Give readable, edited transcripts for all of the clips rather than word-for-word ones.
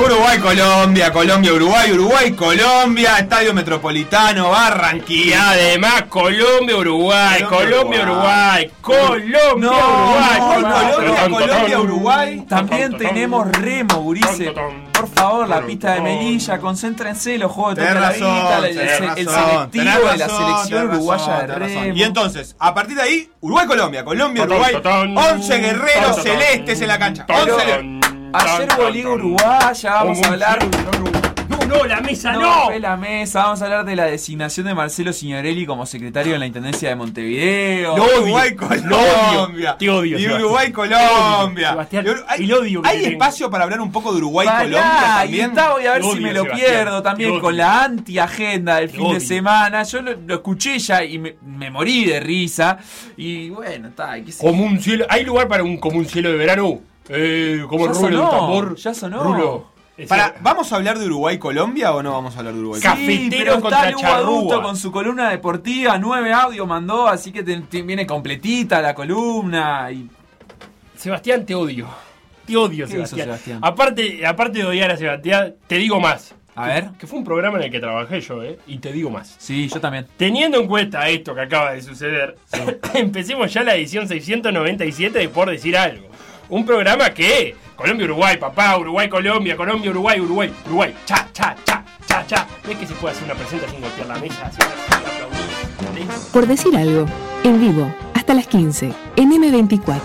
Uruguay-Colombia, Colombia-Uruguay, Uruguay-Colombia, Estadio Metropolitano, Barranquilla. Y además Colombia-Uruguay, Colombia-Uruguay, Colombia-Uruguay. Colombia-Uruguay. También tenemos remo, gurises. Por favor, la pista de Melilla, concéntrense, los juegos de toda la vida, el selectivo de la selección uruguaya de remo. Y entonces, a partir de ahí, Uruguay-Colombia, Colombia-Uruguay, 11 guerreros celestes en la cancha. 11 Ayer hubo Liga Uruguaya, vamos a hablar... No, la mesa no. Fue la mesa, vamos a hablar de la designación de Marcelo Signorelli como secretario de la Intendencia de Montevideo. Uruguay-Colombia. Te odio. Y Uruguay-Colombia. Sebastián, el odio que ¿Hay espacio para hablar un poco de Uruguay-Colombia también? Voy a ver si me lo pierdo también con la anti-agenda del fin de semana. Yo lo escuché ya y me morí de risa. Y bueno, está. Como un cielo. ¿Hay lugar para como un cielo de verano? Como el rulo del tambor. Ya sonó. Rulo. ¿Vamos a hablar de Uruguay-Colombia o no vamos a hablar de Uruguay? Cafetero contra Charrúa con su columna deportiva, 9 audios mandó, así que viene completita la columna. Sebastián, te odio. Te odio, Sebastián. Aparte de odiar a Sebastián, te digo más. A ver. Que fue un programa en el que trabajé yo, y te digo más. Sí, yo también. Teniendo en cuenta esto que acaba de suceder, empecemos ya la edición 697 de Por Decir Algo. Un programa que Colombia-Uruguay, papá, Uruguay-Colombia, Colombia-Uruguay, Uruguay, cha. ¿Ves que se puede hacer una presentación sin golpear la mesa? Aplaudir. Por Decir Algo, en vivo, hasta las 15, en M24.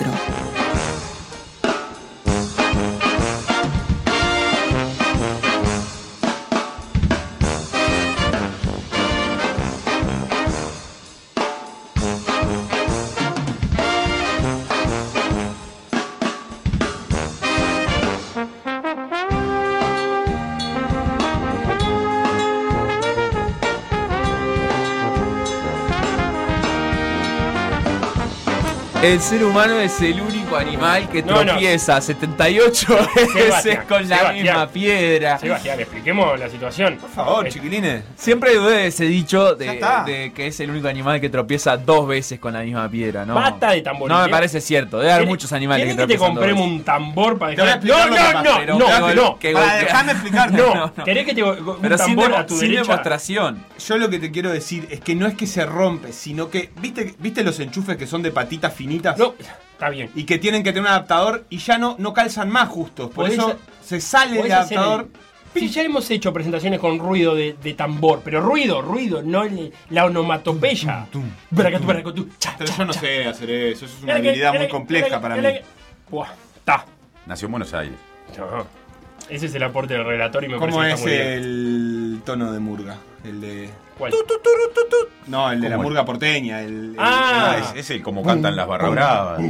El ser humano es el único animal que tropieza 78 veces con la misma piedra. Sebastián, expliquemos la situación. Por favor, chiquilines. Siempre dudé de ese dicho de que es el único animal que tropieza 2 veces con la misma piedra, ¿no? Basta de tambor. No me parece cierto. Debe haber muchos animales que tropiezan 2 veces. ¿Querés que te compremos un tambor para dejar? No. Déjame explicar. No. ¿Querés que te un tambor a tu sin derecha? demostración. Yo lo que te quiero decir es que no es que se rompe, sino que ¿viste los enchufes que son de patitas finitas? No, está bien. Y que tienen que tener un adaptador y ya no calzan más justos. Por eso se sale el adaptador. Sí, ya hemos hecho presentaciones con ruido de tambor, pero ruido, no la onomatopeya. Pero yo no sé hacer eso es una habilidad muy compleja para mí. Está. Nació en Buenos Aires. Ese es el aporte del relator y me parece que está muy bien. ¿Cómo es el tono de murga? El de... ¿Cuál? No, el de la murga porteña. Es el como cantan las barra bravas.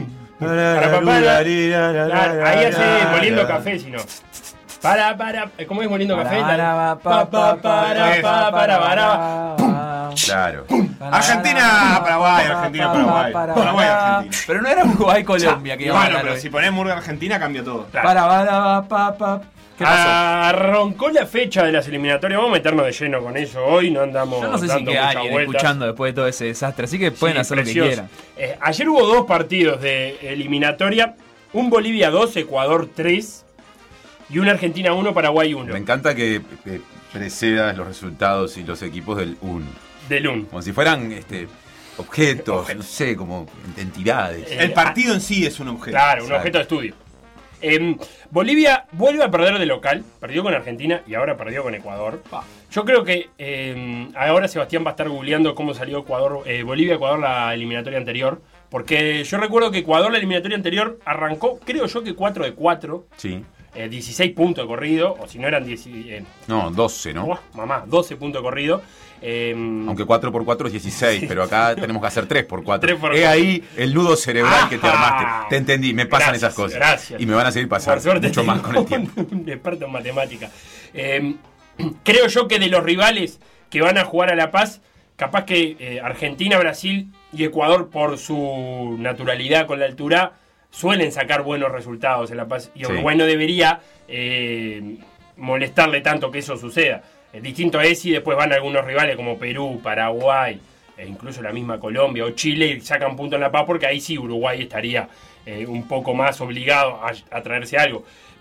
Ahí hace moliendo café, si no. ¿Cómo es moliendo café? Claro. Argentina, Paraguay, Argentina. Pero no era Uruguay-Colombia que iba a ganar. Pero si ponés murga Argentina cambia todo. ¿Qué pasó? Arrancó la fecha de las eliminatorias. Vamos a meternos de lleno con eso hoy. No andamos. Yo no sé si queda alguien escuchando después de todo ese desastre. Así que pueden hacer lo que quieran. Ayer hubo 2 partidos de eliminatoria: un Bolivia 2, Ecuador 3 y un Argentina 1, Paraguay 1. Me encanta que precedas los resultados y los equipos del UN. Del UN. Como si fueran objetos, no sé, como entidades. El partido en sí es un objeto. Claro, un objeto de estudio. Bolivia vuelve a perder de local, perdió con Argentina y ahora perdió con Ecuador. Yo creo que ahora Sebastián va a estar googleando cómo salió Bolivia-Ecuador la eliminatoria anterior, porque yo recuerdo que Ecuador la eliminatoria anterior arrancó, creo yo que 4-4. Sí. 16 puntos de corrido, o si no eran 10... no, 12, ¿no? 12 puntos de corrido. Aunque 4x4 es 16, sí, pero acá tenemos que hacer 3x4. 3x4. Es ahí el nudo cerebral que te armaste. Te entendí, me pasan esas cosas. Gracias. Y me van a seguir pasando mucho más con el tiempo. Un experto en matemática. Creo yo que de los rivales que van a jugar a La Paz, capaz que Argentina, Brasil y Ecuador, por su naturalidad con la altura, suelen sacar buenos resultados en La Paz. Y Uruguay no debería molestarle tanto que eso suceda. Distinto es si después van algunos rivales como Perú, Paraguay, e incluso la misma Colombia o Chile y sacan punto en La Paz, porque ahí sí Uruguay estaría un poco más obligado a traerse algo.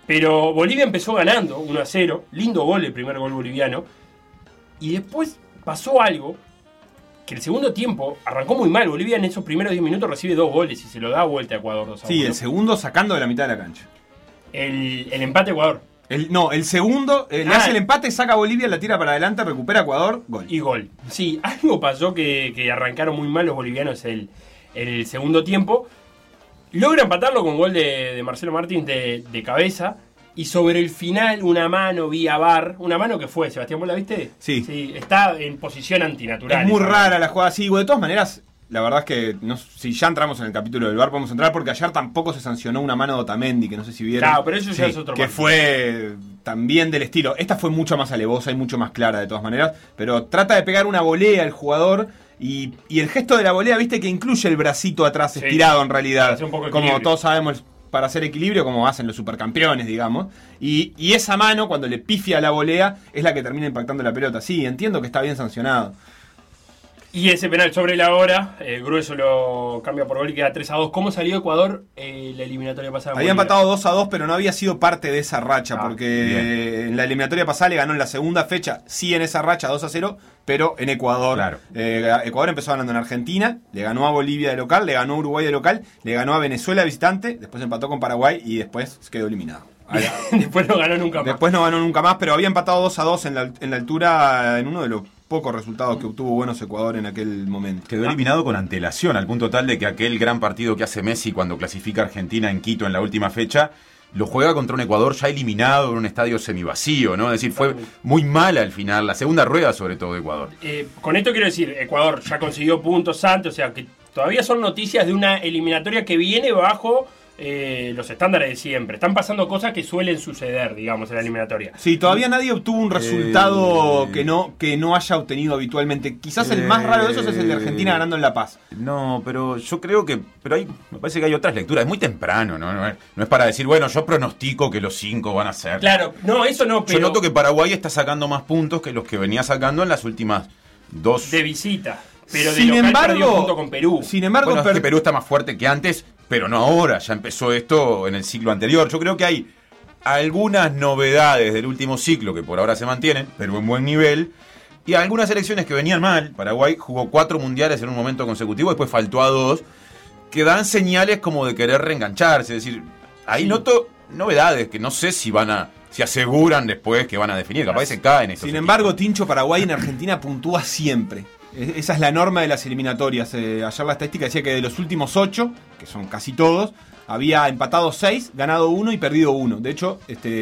Pero Bolivia empezó ganando 1-0, lindo gol, el primer gol boliviano, y después pasó algo, que el segundo tiempo arrancó muy mal. Bolivia en esos primeros 10 minutos recibe 2 goles y se lo da vuelta a Ecuador 2-1. Sí, el segundo sacando de la mitad de la cancha. El empate a Ecuador. El segundo le hace el empate, saca a Bolivia, la tira para adelante, recupera a Ecuador, gol. Y gol. Sí, algo pasó que arrancaron muy mal los bolivianos el segundo tiempo. Logra empatarlo con gol de Marcelo Martins de cabeza. Y sobre el final, una mano vía VAR. Una mano que fue, Sebastián, ¿vos la viste? Sí. Sí, está en posición antinatural. Es muy rara la jugada así. De todas maneras, la verdad es que si ya entramos en el capítulo del VAR, podemos entrar porque ayer tampoco se sancionó una mano de Otamendi, que no sé si vieron. Claro, pero eso ya es otro que partido. Fue también del estilo. Esta fue mucho más alevosa y mucho más clara de todas maneras. Pero trata de pegar una volea al jugador. Y el gesto de la volea, viste que incluye el bracito atrás estirado en realidad. Hace un poco de como equilibrio. todos sabemos, para hacer equilibrio, como hacen los supercampeones, digamos. Y esa mano, cuando le pifia la volea, es la que termina impactando la pelota. Sí, entiendo que está bien sancionado. Y ese penal sobre la hora, Grueso lo cambia por gol y queda 3-2. ¿Cómo salió Ecuador la eliminatoria pasada? Había empatado 2-2, pero no había sido parte de esa racha, porque bien. en la eliminatoria pasada le ganó en la segunda fecha, sí en esa racha 2-0, pero en Ecuador. Claro. Ecuador empezó ganando en Argentina, le ganó a Bolivia de local, le ganó a Uruguay de local, le ganó a Venezuela de visitante, después empató con Paraguay y después quedó eliminado. Después no ganó nunca más. Después no ganó nunca más, pero había empatado 2-2 en la altura, en uno de los pocos resultados que obtuvo buenos Ecuador en aquel momento. Quedó eliminado con antelación, al punto tal de que aquel gran partido que hace Messi cuando clasifica a Argentina en Quito en la última fecha, lo juega contra un Ecuador ya eliminado en un estadio semivacío, ¿no? Es decir, fue muy mala al final, la segunda rueda sobre todo de Ecuador. Con esto quiero decir, Ecuador ya consiguió puntos antes, o sea que todavía son noticias de una eliminatoria que viene bajo los estándares de siempre. Están pasando cosas que suelen suceder, digamos, en la eliminatoria. Sí, todavía nadie obtuvo un resultado que no haya obtenido habitualmente. Quizás el más raro de esos es el de Argentina ganando en La Paz. No, pero yo creo que... Pero ahí me parece que hay otras lecturas. Es muy temprano, ¿no? No es para decir, bueno, yo pronostico que los 5 van a ser. Claro, no, eso no, pero... Yo noto que Paraguay está sacando más puntos que los que venía sacando en las últimas 2... De visita. Pero de Sin local embargo, perdió punto con Perú. Sin embargo, Bueno, es que Perú está más fuerte que antes, pero no ahora. Ya empezó esto en el ciclo anterior. Yo creo que hay algunas novedades del último ciclo que por ahora se mantienen, pero en buen nivel. Y algunas selecciones que venían mal. Paraguay jugó 4 mundiales en un momento consecutivo, después faltó a 2, que dan señales como de querer reengancharse. Es decir, ahí noto novedades que no sé si si aseguran después que van a definir. Capaz se caen estos Sin equipos. embargo, Tincho, Paraguay en Argentina puntúa siempre. Esa es la norma de las eliminatorias. Ayer la estadística decía que de los últimos 8, que son casi todos, había empatado 6, ganado 1 y perdido 1. De hecho,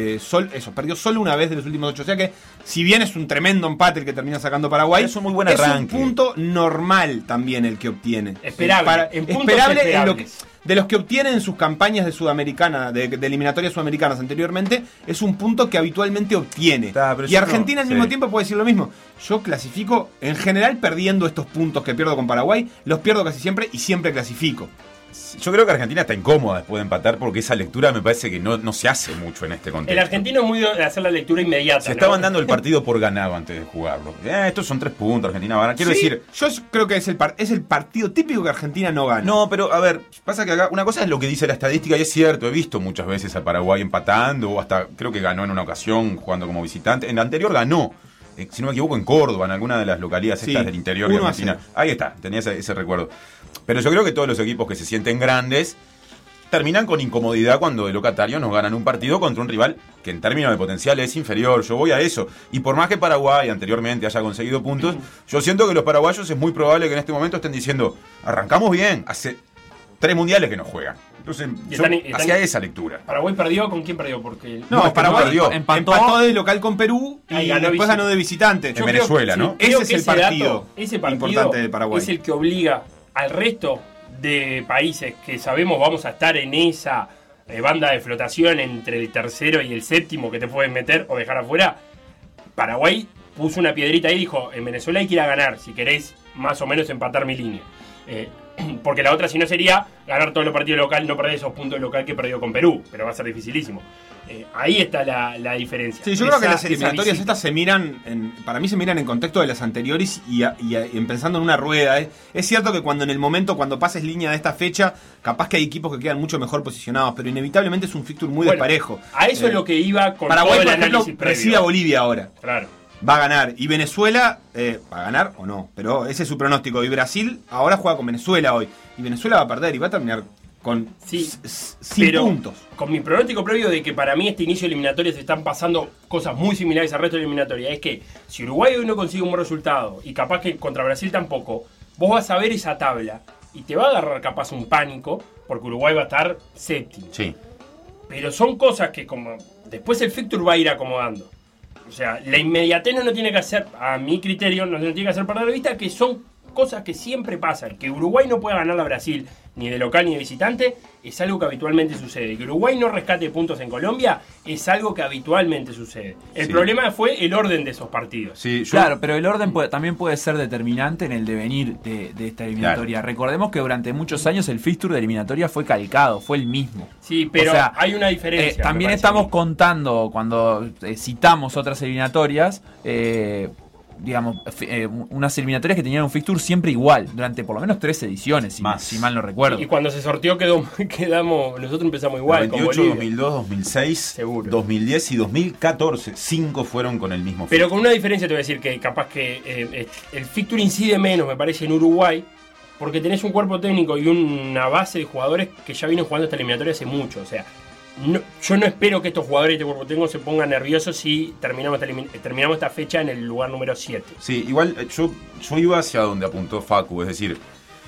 perdió solo una vez de los últimos 8. O sea que, si bien es un tremendo empate el que termina sacando Paraguay, es un muy buen arranque. Un punto normal también el que obtiene. Esperable. Esperable en lo que... De los que obtienen en sus campañas de Sudamericana, de eliminatorias sudamericanas anteriormente, es un punto que habitualmente obtiene. Y Argentina al mismo tiempo puede decir lo mismo. Yo clasifico, en general, perdiendo estos puntos que pierdo con Paraguay, los pierdo casi siempre y siempre clasifico. Yo creo que Argentina está incómoda después de empatar porque esa lectura me parece que no se hace mucho en este contexto. El argentino es muy de hacer la lectura inmediata. Se estaban dando el partido por ganado antes de jugarlo. Estos son 3 puntos, Argentina va a ganar. Quiero decir... Yo creo que es el partido típico que Argentina no gana. No, pero a ver, pasa que acá una cosa es lo que dice la estadística y es cierto, he visto muchas veces a Paraguay empatando o hasta creo que ganó en una ocasión jugando como visitante. En la anterior ganó, si no me equivoco, en Córdoba, en alguna de las localidades estas del interior de Argentina. Ahí está, tenía ese recuerdo. Pero yo creo que todos los equipos que se sienten grandes terminan con incomodidad cuando de locatario nos ganan un partido contra un rival que en términos de potencial es inferior. Yo voy a eso. Y por más que Paraguay anteriormente haya conseguido puntos, yo siento que los paraguayos es muy probable que en este momento estén diciendo, arrancamos bien, hace 3 mundiales que no juegan. Entonces, hacia esa lectura. ¿Paraguay perdió? ¿Con quién perdió? Porque No, Paraguay empató de local con Perú y después ganó de visitante. En Venezuela, ¿no? Ese es el partido importante de Paraguay. Es el que obliga al resto de países que sabemos vamos a estar en esa banda de flotación entre el tercero y el séptimo que te pueden meter o dejar afuera. Paraguay puso una piedrita ahí y dijo, en Venezuela hay que ir a ganar si querés más o menos empatar mi línea. Porque la otra, si no, sería ganar todos los partidos local, no perder esos puntos local que perdió con Perú, pero va a ser dificilísimo. Ahí está la diferencia. Sí, yo creo que las eliminatorias estas se miran, para mí se miran en contexto de las anteriores y pensando en una rueda. Es cierto que cuando en el momento, cuando pases línea de esta fecha, capaz que hay equipos que quedan mucho mejor posicionados, pero inevitablemente es un fixture muy desparejo. A eso es lo que iba con Paraguay, todo el por ejemplo, análisis previo. recibe a Bolivia ahora. Claro. Va a ganar. Y Venezuela, va a ganar o no, pero ese es su pronóstico. Y Brasil ahora juega con Venezuela hoy. Y Venezuela va a perder y va a terminar con 100 puntos. Con mi pronóstico previo de que para mí este inicio de eliminatoria se están pasando cosas muy similares al resto de la eliminatoria, es que si Uruguay hoy no consigue un buen resultado y capaz que contra Brasil tampoco, vos vas a ver esa tabla y te va a agarrar capaz un pánico porque Uruguay va a estar séptimo. Sí. Pero son cosas que como después el fixture va a ir acomodando. O sea, la inmediatez no tiene que hacer, a mi criterio, no tiene que hacer perder de vista que son cosas que siempre pasan. Que Uruguay no pueda ganar a Brasil ni de local ni de visitante es algo que habitualmente sucede. Que Uruguay no rescate puntos en Colombia es algo que habitualmente sucede. El problema fue el orden de esos partidos. Sí, claro, pero el orden también puede ser determinante en el devenir de esta eliminatoria. Claro. Recordemos que durante muchos años el fixture de eliminatoria fue calcado, fue el mismo. Sí, pero hay una diferencia. También estamos contando, cuando citamos otras eliminatorias, digamos, unas eliminatorias que tenían un fixture siempre igual, durante por lo menos 3 ediciones, si mal no recuerdo. Y cuando se sorteó quedamos, nosotros empezamos igual. 98, 2002, 2006, seguro. 2010 y 2014, 5 fueron con el mismo fixture. Pero con una diferencia te voy a decir que capaz que el fixture incide menos, me parece, en Uruguay, porque tenés un cuerpo técnico y una base de jugadores que ya vienen jugando esta eliminatoria hace mucho, o sea. Yo no espero que estos jugadores de cuerpo técnico se pongan nerviosos si terminamos esta fecha en el lugar número 7. Sí, igual yo iba hacia donde apuntó Facu, es decir,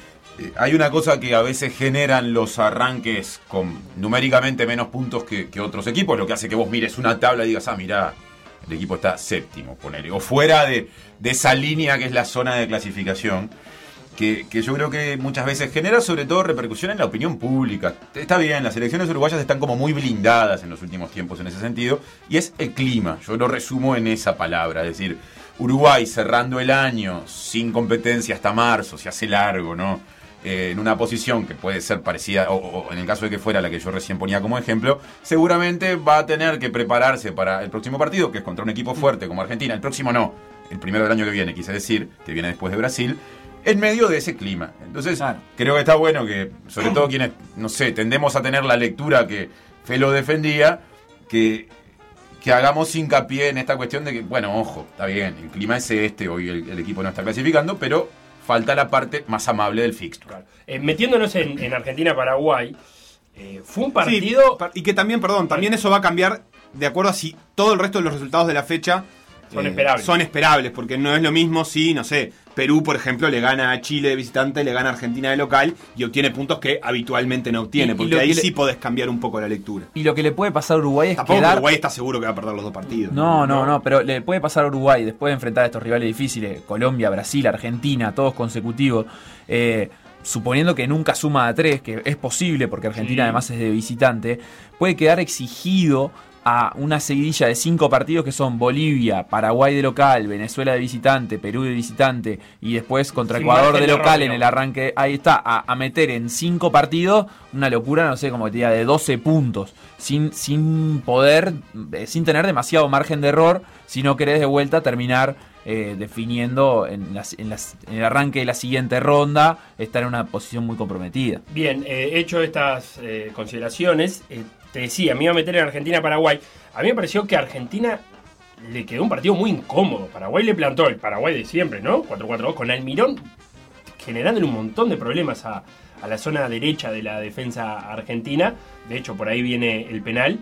hay una cosa que a veces generan los arranques con numéricamente menos puntos que otros equipos, lo que hace que vos mires una tabla y digas, mirá, el equipo está séptimo, ponele, o fuera de esa línea que es la zona de clasificación. Que yo creo que muchas veces genera sobre todo repercusión en la opinión pública. Está bien, las elecciones uruguayas están como muy blindadas en los últimos tiempos en ese sentido, y es el clima, yo lo resumo en esa palabra, es decir, Uruguay cerrando el año sin competencia hasta marzo, se hace largo, ¿no? En una posición que puede ser parecida, o en el caso de que fuera la que yo recién ponía como ejemplo, seguramente va a tener que prepararse para el próximo partido, que es contra un equipo fuerte como Argentina, el próximo no, el primero del año que viene, quise decir, que viene después de Brasil, en medio de ese clima. Entonces, creo que está bueno que, sobre todo quienes, no sé, tendemos a tener la lectura que Felo defendía, que hagamos hincapié en esta cuestión de que, bueno, ojo, está bien, el clima es hoy el equipo no está clasificando, pero falta la parte más amable del fixture. Claro. Metiéndonos en Argentina-Paraguay, fue un partido... Sí, y que también, también eso va a cambiar de acuerdo a si todo el resto de los resultados de la fecha son esperables, porque no es lo mismo si, no sé, Perú, por ejemplo, le gana a Chile de visitante, le gana a Argentina de local y obtiene puntos que habitualmente no obtiene, porque ahí sí podés cambiar un poco la lectura. Y lo que le puede pasar a Uruguay es tampoco Uruguay está seguro que va a perder los 2 partidos. No, pero le puede pasar a Uruguay después de enfrentar a estos rivales difíciles, Colombia, Brasil, Argentina, todos consecutivos, suponiendo que nunca suma a 3, que es posible porque Argentina además es de visitante, puede quedar exigido a una seguidilla de 5 partidos que son Bolivia, Paraguay de local, Venezuela de visitante, Perú de visitante y después contra Ecuador de local en el arranque, ahí está, a meter en 5 partidos una locura, no sé, como que te diga, de 12 puntos, sin poder, sin tener demasiado margen de error, si no querés de vuelta terminar definiendo en el arranque de la siguiente ronda, estar en una posición muy comprometida. Bien, hecho estas consideraciones, te decía, me iba a meter en Argentina-Paraguay. A mí me pareció que a Argentina le quedó un partido muy incómodo. Paraguay le plantó el Paraguay de siempre, ¿no? 4-4-2, con Almirón generándole un montón de problemas a la zona derecha de la defensa argentina. De hecho, por ahí viene el penal.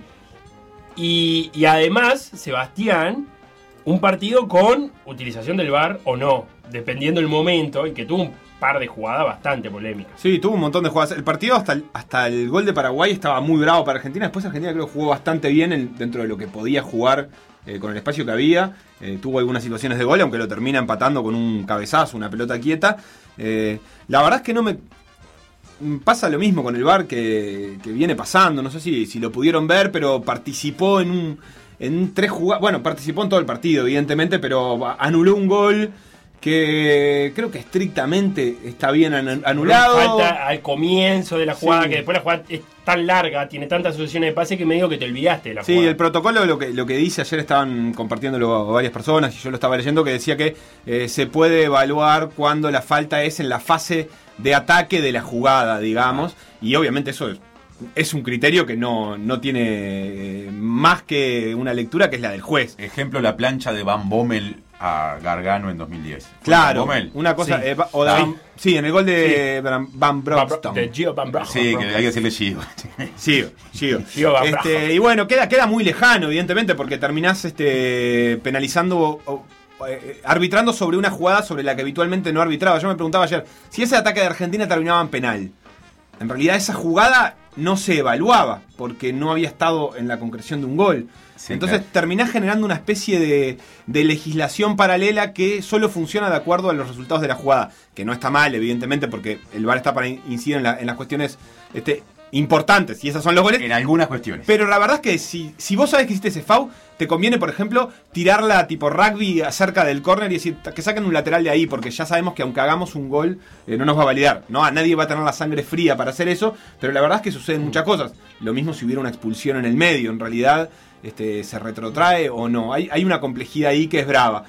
Y además, Sebastián, un partido con utilización del VAR o no, dependiendo del momento, y que tuvo un par de jugadas bastante polémicas. Sí, tuvo un montón de jugadas. El partido hasta el gol de Paraguay estaba muy bravo para Argentina. Después Argentina creo que jugó bastante bien dentro de lo que podía jugar con el espacio que había. Tuvo algunas situaciones de gol, aunque lo termina empatando con un cabezazo, una pelota quieta. La verdad es que no me... Pasa lo mismo con el VAR que viene pasando. No sé si lo pudieron ver, pero participó en 3 jugadas. Bueno, participó en todo el partido, evidentemente, pero anuló un gol que creo que estrictamente está bien anulado. Falta al comienzo de la jugada, Sí. que después la jugada es tan larga, tiene tantas asociaciones de pase que medio que te olvidaste de la Sí, jugada. el protocolo lo que dice, ayer estaban compartiéndolo varias personas y yo lo estaba leyendo, que decía que se puede evaluar cuando la falta es en la fase de ataque de la jugada, digamos, y obviamente eso es un criterio que no tiene más que una lectura, que es la del juez. Ejemplo, la plancha de Van Bommel a Gargano en 2010. Claro, Van Bommel. una cosa... Sí. o de sí, en el gol de Van Broxton. De Gio Van Bracht. Sí, que hay que decirle Gio. Gio. Van Bracht. Y bueno, queda muy lejano, evidentemente, porque terminás penalizando arbitrando sobre una jugada sobre la que habitualmente no arbitraba. Yo me preguntaba ayer, si ese ataque de Argentina terminaba en penal. En realidad esa jugada no se evaluaba, porque no había estado en la concreción de un gol. Sí, Entonces claro. terminás generando una especie de legislación paralela que solo funciona de acuerdo a los resultados de la jugada. Que no está mal, evidentemente, porque el VAR está para incidir en las cuestiones importantes, y esas son los goles. En algunas cuestiones. Pero la verdad es que si vos sabés que hiciste ese foul, te conviene, por ejemplo, tirarla tipo rugby acerca del córner y decir que saquen un lateral de ahí, porque ya sabemos que aunque hagamos un gol, no nos va a validar. No, nadie va a tener la sangre fría para hacer eso, pero la verdad es que suceden muchas cosas. Lo mismo si hubiera una expulsión en el medio, en realidad se retrotrae o no. Hay una complejidad ahí que es brava.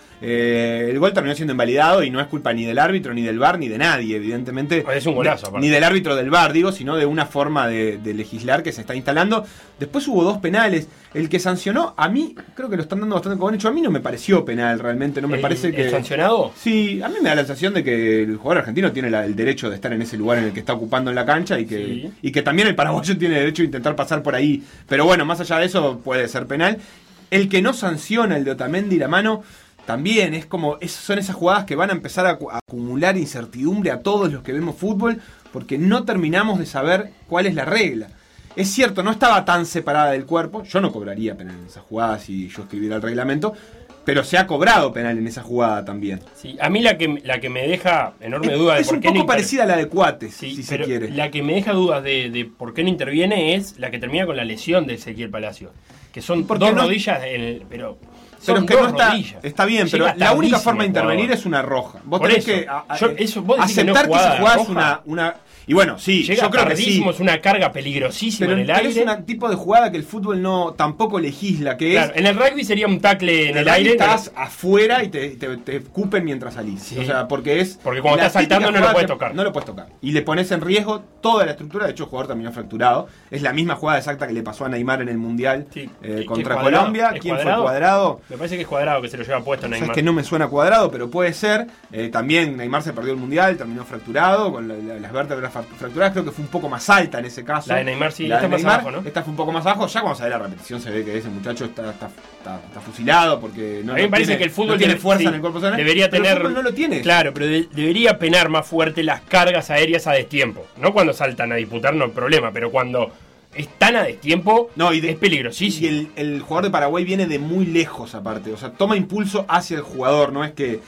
El gol terminó siendo invalidado y no es culpa ni del árbitro, ni del VAR, ni de nadie, evidentemente. Es un golazo, aparte. Ni del árbitro del VAR, digo, sino de una forma de legislar que se está instalando. Después hubo 2 penales. El que sancionó, a mí, creo que lo están dando bastante como hecho. A mí no me pareció penal, realmente. No me parece que. ¿El sancionado? Sí, a mí me da la sensación de que el jugador argentino tiene el derecho de estar en ese lugar en el que está ocupando en la cancha y que también el paraguayo tiene derecho a intentar pasar por ahí. Pero bueno, más allá de eso, puede ser penal. El que no sanciona, el de Otamendi, la mano, también es como. Son esas jugadas que van a empezar a acumular incertidumbre a todos los que vemos fútbol, porque no terminamos de saber cuál es la regla. Es cierto, no estaba tan separada del cuerpo. Yo no cobraría penal en esa jugada si yo escribiera el reglamento, pero se ha cobrado penal en esa jugada también. Sí, a mí la que me deja enorme duda de Es por un qué poco no parecida a la de Cuates, Sí, si se pero quiere. la que me deja dudas de por qué no interviene es la que termina con la lesión de Ezequiel Palacios. Que son Porque 2 no- rodillas, pero son es que 2 no está, rodillas. está bien, pero Llega la única tardísimo forma de el intervenir jugador. es una roja. Vos Por tenés eso. que Vos decís que no aceptar que esa jugada jugada es roja. una. Y bueno, sí, Llega yo creo que sí. tardísimo, es una carga peligrosísima Pero en el es aire. un tipo de jugada que el fútbol no tampoco legisla, que Claro, es. en el rugby sería un tackle en el rugby aire. estás afuera y te escupen mientras salís. Sí. O sea, porque es. Porque cuando la estás saltando típica no lo jugada puedes que- tocar. No lo puedes tocar. Y le pones en riesgo toda la estructura. De hecho, el jugador terminó fracturado. Es la misma jugada exacta que le pasó a Neymar en el Mundial Sí. contra ¿Es Cuadrado? Colombia. ¿Es ¿Quién fue Cuadrado? Cuadrado? Me parece que es Cuadrado que se lo lleva puesto Sabes Neymar. que no me suena Cuadrado, pero puede ser. También Neymar se perdió el Mundial, terminó fracturado, con las vértebras fracturadas. Creo que fue un poco más alta en ese caso. La de Neymar sí, La esta de más Neymar, abajo, ¿no? Esta fue un poco más abajo. Ya cuando se ve la repetición se ve que ese muchacho está fusilado porque no A mí me parece tiene, que el fútbol no tiene fuerza sí, en el cuerpo sano. debería Pero tener. el fútbol no lo tiene. Claro, pero debería penar más fuerte las cargas aéreas a destiempo. No cuando saltan a disputar, no hay problema, pero cuando están a destiempo No, es peligrosísimo. Y el jugador de Paraguay viene de muy lejos aparte. O sea, toma impulso hacia el jugador, no es que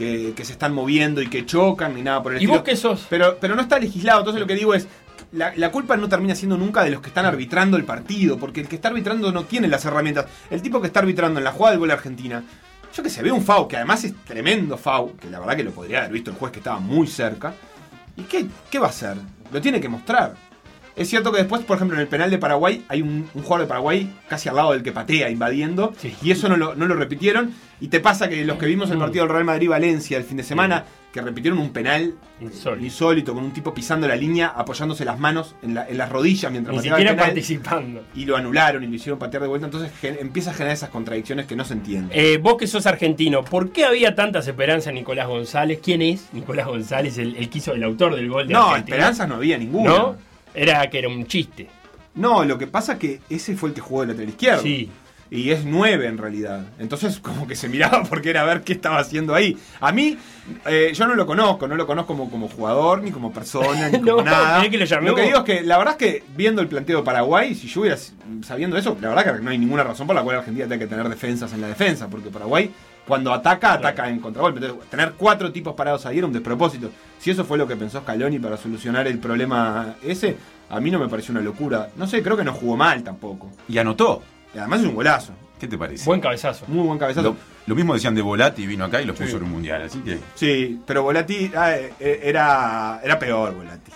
se están moviendo y que chocan ni nada por el ¿Y estilo. vos qué sos? Pero no está legislado, entonces lo que digo es, la culpa no termina siendo nunca de los que están arbitrando el partido, porque el que está arbitrando no tiene las herramientas. El tipo que está arbitrando en la jugada del gol de Argentina, yo que sé, ve un foul, que además es tremendo foul, que la verdad que lo podría haber visto el juez que estaba muy cerca. ¿Y qué va a hacer? Lo tiene que mostrar. Es cierto que después, por ejemplo, en el penal de Paraguay hay un jugador de Paraguay casi al lado del que patea, invadiendo, Sí. y eso no lo repitieron. Y te pasa que los que vimos el partido del Real Madrid-Valencia el fin de semana, que repitieron un penal insólito, con un tipo pisando la línea, apoyándose las manos en las rodillas mientras Ni pateaba el siquiera penal, participando. y lo anularon y lo hicieron patear de vuelta. Entonces empieza a generar esas contradicciones que no se entienden. Vos que sos argentino, ¿por qué había tantas esperanzas en Nicolás González? ¿Quién es Nicolás González, el que hizo el autor del gol de No, Argentina? esperanzas no había ninguna. ¿No? Era que era un chiste. No, lo que pasa es que ese fue el que jugó del lateral izquierdo. Sí. Y es 9 en realidad. Entonces como que se miraba porque era a ver qué estaba haciendo ahí. A mí, yo no lo conozco como jugador, ni como persona, ni No, como nada. ¿querés que lo llamemos? que digo es que la verdad es que viendo el planteo de Paraguay, si yo hubiera sabiendo eso, la verdad que no hay ninguna razón por la cual Argentina tenga que tener defensas en la defensa, porque Paraguay cuando ataca en contragolpe. Entonces, tener 4 tipos parados ahí era un despropósito. Si eso fue lo que pensó Scaloni para solucionar el problema ese, a mí no me pareció una locura. No sé, creo que no jugó mal tampoco. Y anotó. Y además es un golazo. ¿Qué te parece? Buen cabezazo. Muy buen cabezazo. Lo mismo decían de Volati, vino acá y lo puso Sí. en un mundial, así que. Sí, pero Volati era peor, Volati.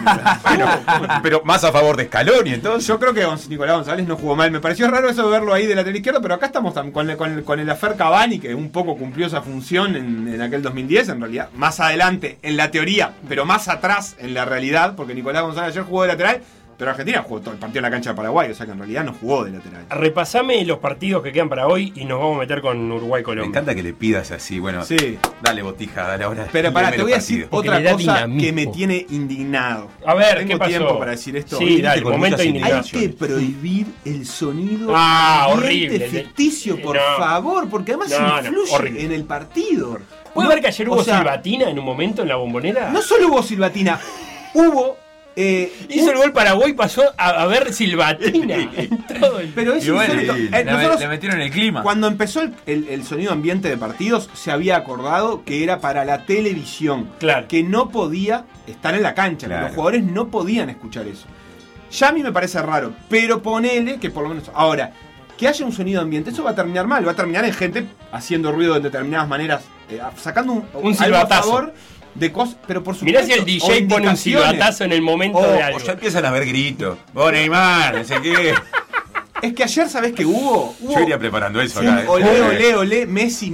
Bueno, pero más a favor de Scaloni, entonces. Yo creo que Nicolás González no jugó mal. Me pareció raro eso de verlo ahí de lateral izquierdo, pero acá estamos con el Afer Cavani, que un poco cumplió esa función en aquel 2010, en realidad. Más adelante, en la teoría, pero más atrás en la realidad, porque Nicolás González ayer jugó de lateral, pero Argentina jugó todo el partido en la cancha de Paraguay, o sea que en realidad no jugó de lateral. Repasame los partidos que quedan para hoy y nos vamos a meter con Me Uruguay-Colombia. encanta que le pidas así, bueno. Sí. Dale, Botija, dale ahora. Pero pará, te voy a decir Porque otra le da cosa dinamismo. que me tiene indignado. A ver, Tengo ¿qué pasó? tiempo para decir esto. Sí, Hoy dale, con momento de muchas Hay indignación. que prohibir el sonido horrible. ficticio, por No. favor, porque además No, influye horrible. en el partido. ¿Puede ver que ayer hubo O sea, silbatina en un momento en la Bombonera? No solo hubo silbatina, hubo... Hizo el gol Paraguay, pasó a ver silbatina en todo el... Pero es Y bueno, insólito. sí, Nosotros, le metieron el clima. cuando empezó el sonido ambiente de partidos, se había acordado que era para la televisión. Claro. Que no podía estar en la cancha, que Claro. los jugadores no podían escuchar eso. Ya a mí me parece raro, pero ponele que por lo menos... Ahora, que haya un sonido ambiente, eso va a terminar mal. Va a terminar en gente haciendo ruido de determinadas maneras, sacando Un algo a silbatazo. favor de cosas, pero por supuesto... Mirá si el o DJ pone un indicaciones. silbatazo en el momento de algo. O ya empiezan a ver gritos. Vos Neymar, no sé qué. Es que ayer, ¿sabés qué hubo? Yo iría preparando eso un acá. olé, Messi.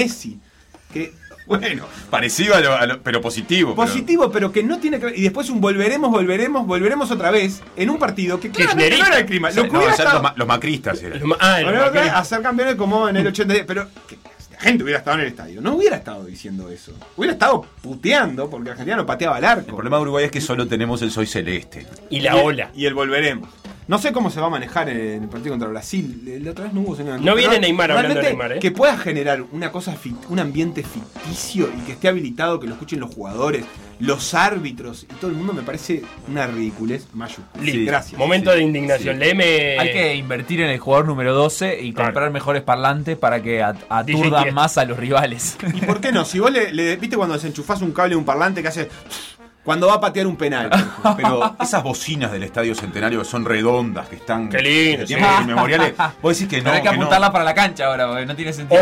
Que, Bueno, parecido a lo pero positivo. positivo, pero que no tiene que ver. Y después un volveremos otra vez en un partido que claramente Kirchnerista. no era el clima. Pero, Lo que no, hubiera ser estado. los macristas eran. Bueno, a ser campeones como en el 80. Pero que la gente hubiera estado en el estadio. No hubiera estado diciendo eso. Hubiera estado puteando porque Argentina no pateaba el arco. El problema de Uruguay es que solo tenemos el soy celeste. Y la ola. Y el volveremos. No sé cómo se va a manejar en el partido contra Brasil. La otra vez no hubo señal. No viene Pero Neymar hablando de realmente Neymar, ¿eh? Que pueda generar una cosa, un ambiente ficticio y que esté habilitado, que lo escuchen los jugadores, los árbitros y todo el mundo, me parece una ridiculez mayúscula. Listo. Gracias. Momento de indignación. Sí. Léeme. Hay que invertir en el jugador número 12 y Claro. comprar mejores parlantes para que DJ aturdan Tiesto. más a los rivales. ¿Y por qué no? Si vos viste cuando desenchufás un cable de un parlante que hace cuando va a patear un penal, por ejemplo? Pero esas bocinas del Estadio Centenario que son redondas, que están. Qué lindo, que tienen sí. inmemoriales. Vos decís que no. Pero hay que que no. apuntarla para la cancha ahora, porque no tiene sentido.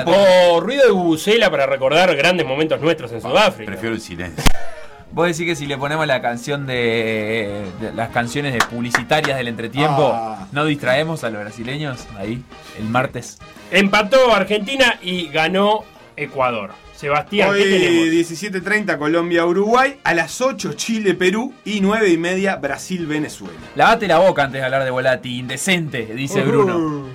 O ruido de bubucela para recordar grandes momentos nuestros en Sudáfrica. Prefiero el silencio. Vos decís que si le ponemos la canción de las canciones de publicitarias del entretiempo, Ah. ¿no distraemos a los brasileños ahí el martes? Empató Argentina y ganó Ecuador. Sebastián, Hoy ¿qué tenemos? 17:30 Colombia-Uruguay, a las 8 Chile-Perú y 9:30 Brasil-Venezuela. Lavate la boca antes de hablar de Volati, indecente, dice Bruno.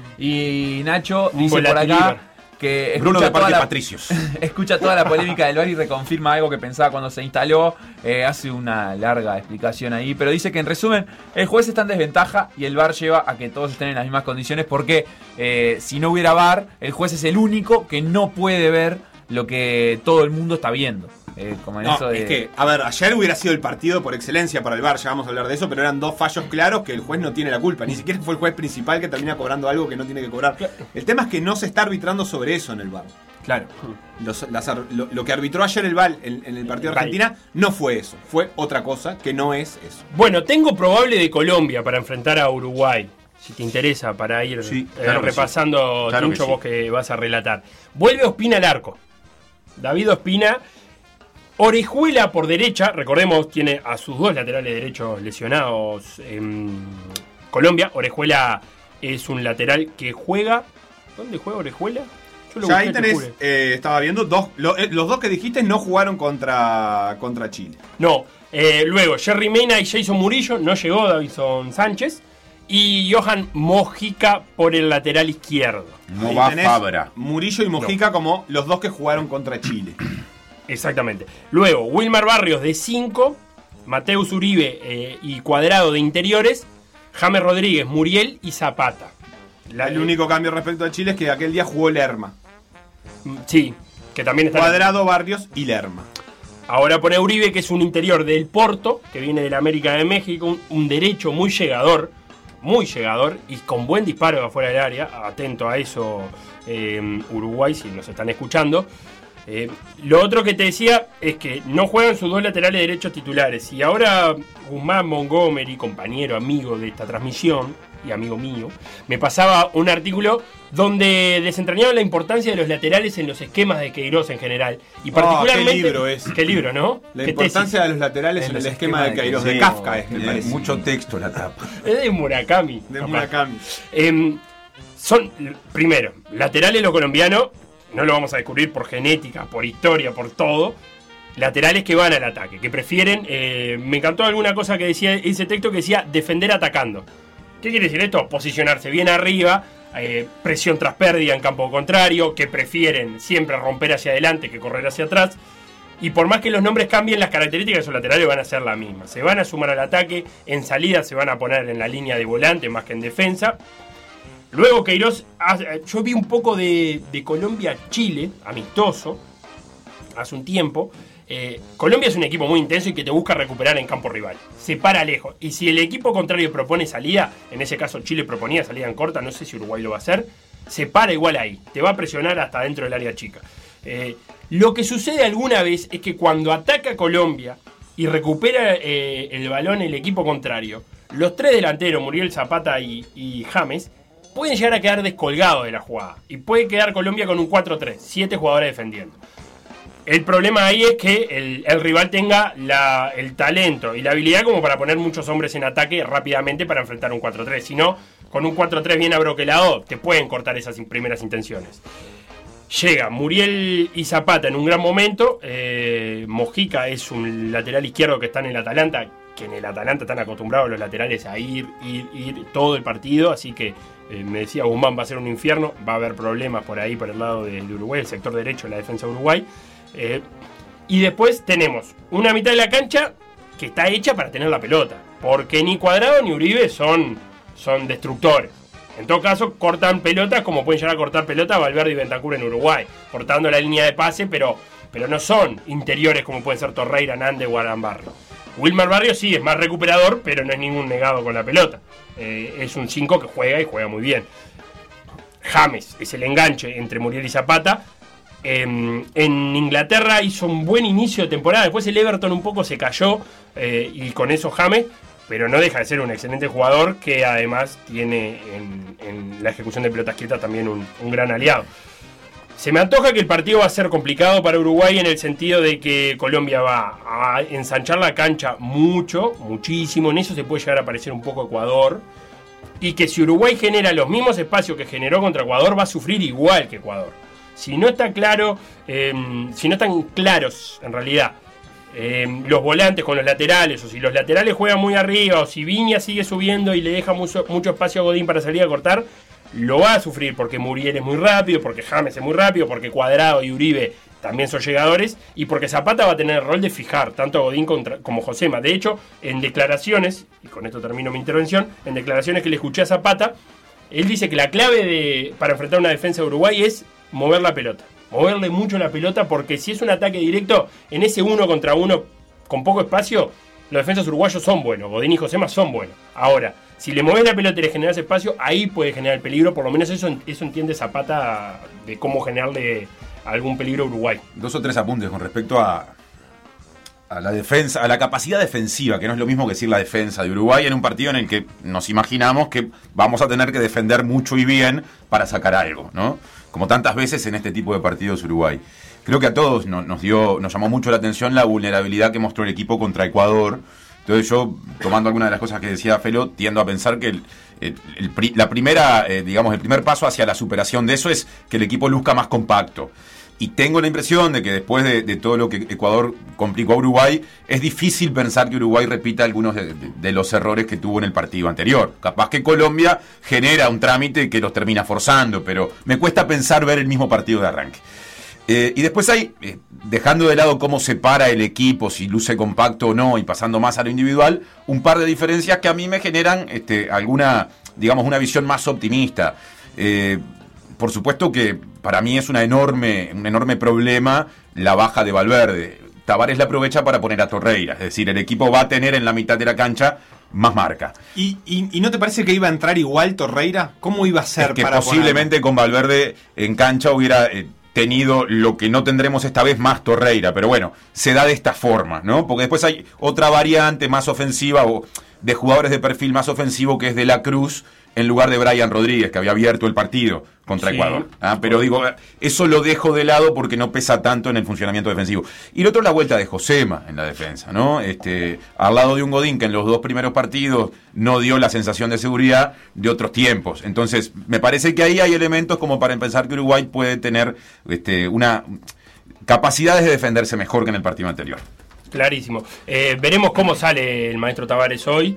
Y Nacho dice por Volati acá Liver. que Bruno escucha de parte toda de la- Patricios. escucha toda la polémica del VAR y reconfirma algo que pensaba cuando se instaló. Hace una larga explicación ahí, pero dice que en resumen el juez está en desventaja y el VAR lleva a que todos estén en las mismas condiciones porque si no hubiera VAR, el juez es el único que no puede ver lo que todo el mundo está viendo. Como en No, eso de... es que, a ver, ayer hubiera sido el partido por excelencia para el VAR, ya vamos a hablar de eso, pero eran dos fallos claros que el juez no tiene la culpa. Ni siquiera fue el juez principal que termina cobrando algo que no tiene que cobrar. El tema es que no se está arbitrando sobre eso en el VAR. Claro. Lo que arbitró ayer el VAR en el partido de Argentina no fue eso, fue otra cosa que no es eso. Bueno, tengo probable de Colombia para enfrentar a Uruguay. Si te interesa, para ir Sí, claro que repasando, sí. Claro Tincho, que sí. vos que vas a relatar. Vuelve Ospina al arco. David Ospina. Orejuela por derecha. Recordemos, tiene a sus dos laterales derechos lesionados en Colombia. Orejuela es un lateral que juega. ¿Dónde juega Orejuela? Yo lo Ya busqué, ahí te tenés, juro. estaba viendo, los dos que dijiste no jugaron contra Chile. No, luego Jerry Mena y Jason Murillo, no llegó Davison Sánchez. Y Johan Mojica por el lateral izquierdo. No Ahí va tenés Fabra. Murillo y Mojica como los dos que jugaron contra Chile. Exactamente. Luego, Wilmar Barrios de 5, Mateus Uribe y Cuadrado de interiores, James Rodríguez, Muriel y Zapata. El único cambio respecto a Chile es que aquel día jugó Lerma. Sí, que también está... Cuadrado, Barrios y Lerma. Ahora pone Uribe, que es un interior del Porto, que viene de la América de México, un derecho muy llegador y con buen disparo de afuera del área. Atento a eso, Uruguay, si nos están escuchando. Lo otro que te decía es que no juegan sus dos laterales derechos titulares. Y ahora Guzmán Montgomery, compañero, amigo de esta transmisión y amigo mío, me pasaba un artículo donde desentrañaba la importancia de los laterales en los esquemas de Queiroz en general. Y particularmente... qué libro es. Qué libro, ¿no? La ¿Qué importancia de los laterales en el esquema de Queiroz, de Kafka, es, me parece. Mucho texto la tapa. Es de Murakami. De papá. Murakami. Son, primero, laterales los colombianos, no lo vamos a descubrir por genética, por historia, por todo. Laterales que van al ataque, que prefieren... me encantó alguna cosa que decía ese texto que decía defender atacando. ¿Qué quiere decir esto? Posicionarse bien arriba, presión tras pérdida en campo contrario, que prefieren siempre romper hacia adelante que correr hacia atrás. Y por más que los nombres cambien, las características de esos laterales van a ser las mismas. Se van a sumar al ataque, en salida se van a poner en la línea de volante más que en defensa. Luego Queiroz, yo vi un poco de Colombia-Chile, amistoso, hace un tiempo. Colombia es un equipo muy intenso y que te busca recuperar en campo rival. Se para lejos. Y si el equipo contrario propone salida, en ese caso Chile proponía salida en corta, no sé si Uruguay lo va a hacer, se para igual ahí. Te va a presionar hasta dentro del área chica. Lo que sucede alguna vez es que cuando ataca Colombia y recupera el balón el equipo contrario, los tres delanteros, Muriel, Zapata y James, pueden llegar a quedar descolgados de la jugada. Y puede quedar Colombia con un 4-3, 7 jugadores defendiendo. El problema ahí es que el rival tenga el talento y la habilidad como para poner muchos hombres en ataque rápidamente para enfrentar un 4-3. Si no, con un 4-3 bien abroquelado, te pueden cortar esas primeras intenciones. Llega Muriel y Zapata en un gran momento. Mojica es un lateral izquierdo que está en el Atalanta, que en el Atalanta están acostumbrados los laterales a ir todo el partido, así que me decía Guzmán va a ser un infierno, va a haber problemas por ahí, por el lado de Uruguay, el sector derecho de la defensa de Uruguay. Y después tenemos una mitad de la cancha que está hecha para tener la pelota, porque ni Cuadrado ni Uribe son destructores. En todo caso, cortan pelotas como pueden llegar a cortar pelota Valverde y Bentancur en Uruguay, cortando la línea de pase, pero no son interiores como pueden ser Torreira, Nández o Arambarro. Wilmar Barrios sí es más recuperador, pero no es ningún negado con la pelota. Es un 5 que juega y juega muy bien. James es el enganche entre Muriel y Zapata. En Inglaterra hizo un buen inicio de temporada. Después el Everton un poco se cayó y con eso James, pero no deja de ser un excelente jugador que además tiene en la ejecución de pelotas quietas también un gran aliado. Se me antoja que el partido va a ser complicado para Uruguay en el sentido de que Colombia va a ensanchar la cancha muchísimo. En eso se puede llegar a parecer un poco Ecuador. Y que si Uruguay genera los mismos espacios que generó contra Ecuador, va a sufrir igual que Ecuador. Si no está claro, si no están claros en realidad los volantes con los laterales, o si los laterales juegan muy arriba, o si Viña sigue subiendo y le deja mucho espacio a Godín para salir a cortar, lo va a sufrir porque Muriel es muy rápido, porque James es muy rápido, porque Cuadrado y Uribe también son llegadores, y porque Zapata va a tener el rol de fijar tanto a Godín como Josema. De hecho, en declaraciones, y con esto termino mi intervención, en declaraciones que le escuché a Zapata, él dice que la clave para enfrentar una defensa de Uruguay es mover la pelota, moverle mucho la pelota, porque si es un ataque directo, en ese 1 contra 1 con poco espacio, los defensas uruguayos son buenos, Godín y Josema son buenos. Ahora, si le mueves la pelota y le generas espacio, ahí puede generar peligro, por lo menos eso entiende Zapata de cómo generarle algún peligro a Uruguay. 2 o 3 apuntes con respecto a la defensa, a la capacidad defensiva, que no es lo mismo que decir la defensa de Uruguay en un partido en el que nos imaginamos que vamos a tener que defender mucho y bien para sacar algo, ¿no? Como tantas veces en este tipo de partidos Uruguay. Creo que a todos nos llamó mucho la atención la vulnerabilidad que mostró el equipo contra Ecuador. Entonces yo, tomando algunas de las cosas que decía Felo, tiendo a pensar que el primer paso hacia la superación de eso es que el equipo luzca más compacto. Y tengo la impresión de que después de todo lo que Ecuador complicó a Uruguay, es difícil pensar que Uruguay repita algunos de los errores que tuvo en el partido anterior. Capaz que Colombia genera un trámite que los termina forzando, pero me cuesta pensar ver el mismo partido de arranque. Y después hay, dejando de lado cómo se para el equipo, si luce compacto o no, y pasando más a lo individual, un par de diferencias que a mí me generan una visión más optimista. Por supuesto que para mí es un enorme problema la baja de Valverde. Tavares la aprovecha para poner a Torreira, es decir, el equipo va a tener en la mitad de la cancha más marca. ¿Y no te parece que iba a entrar igual Torreira? ¿Cómo iba a ser? Es que posiblemente con Valverde en cancha hubiera tenido lo que no tendremos esta vez, más Torreira, pero bueno, se da de esta forma, ¿no? Porque después hay otra variante más ofensiva o de jugadores de perfil más ofensivo, que es De la Cruz en lugar de Brian Rodríguez, que había abierto el partido contra Ecuador. Pero digo, eso lo dejo de lado porque no pesa tanto en el funcionamiento defensivo. Y el otro, la vuelta de Josema en la defensa, ¿no? Al lado de un Godín que en los 2 primeros partidos no dio la sensación de seguridad de otros tiempos. Entonces, me parece que ahí hay elementos como para pensar que Uruguay puede tener una capacidades de defenderse mejor que en el partido anterior. Clarísimo. Veremos cómo sale el maestro Tavares hoy.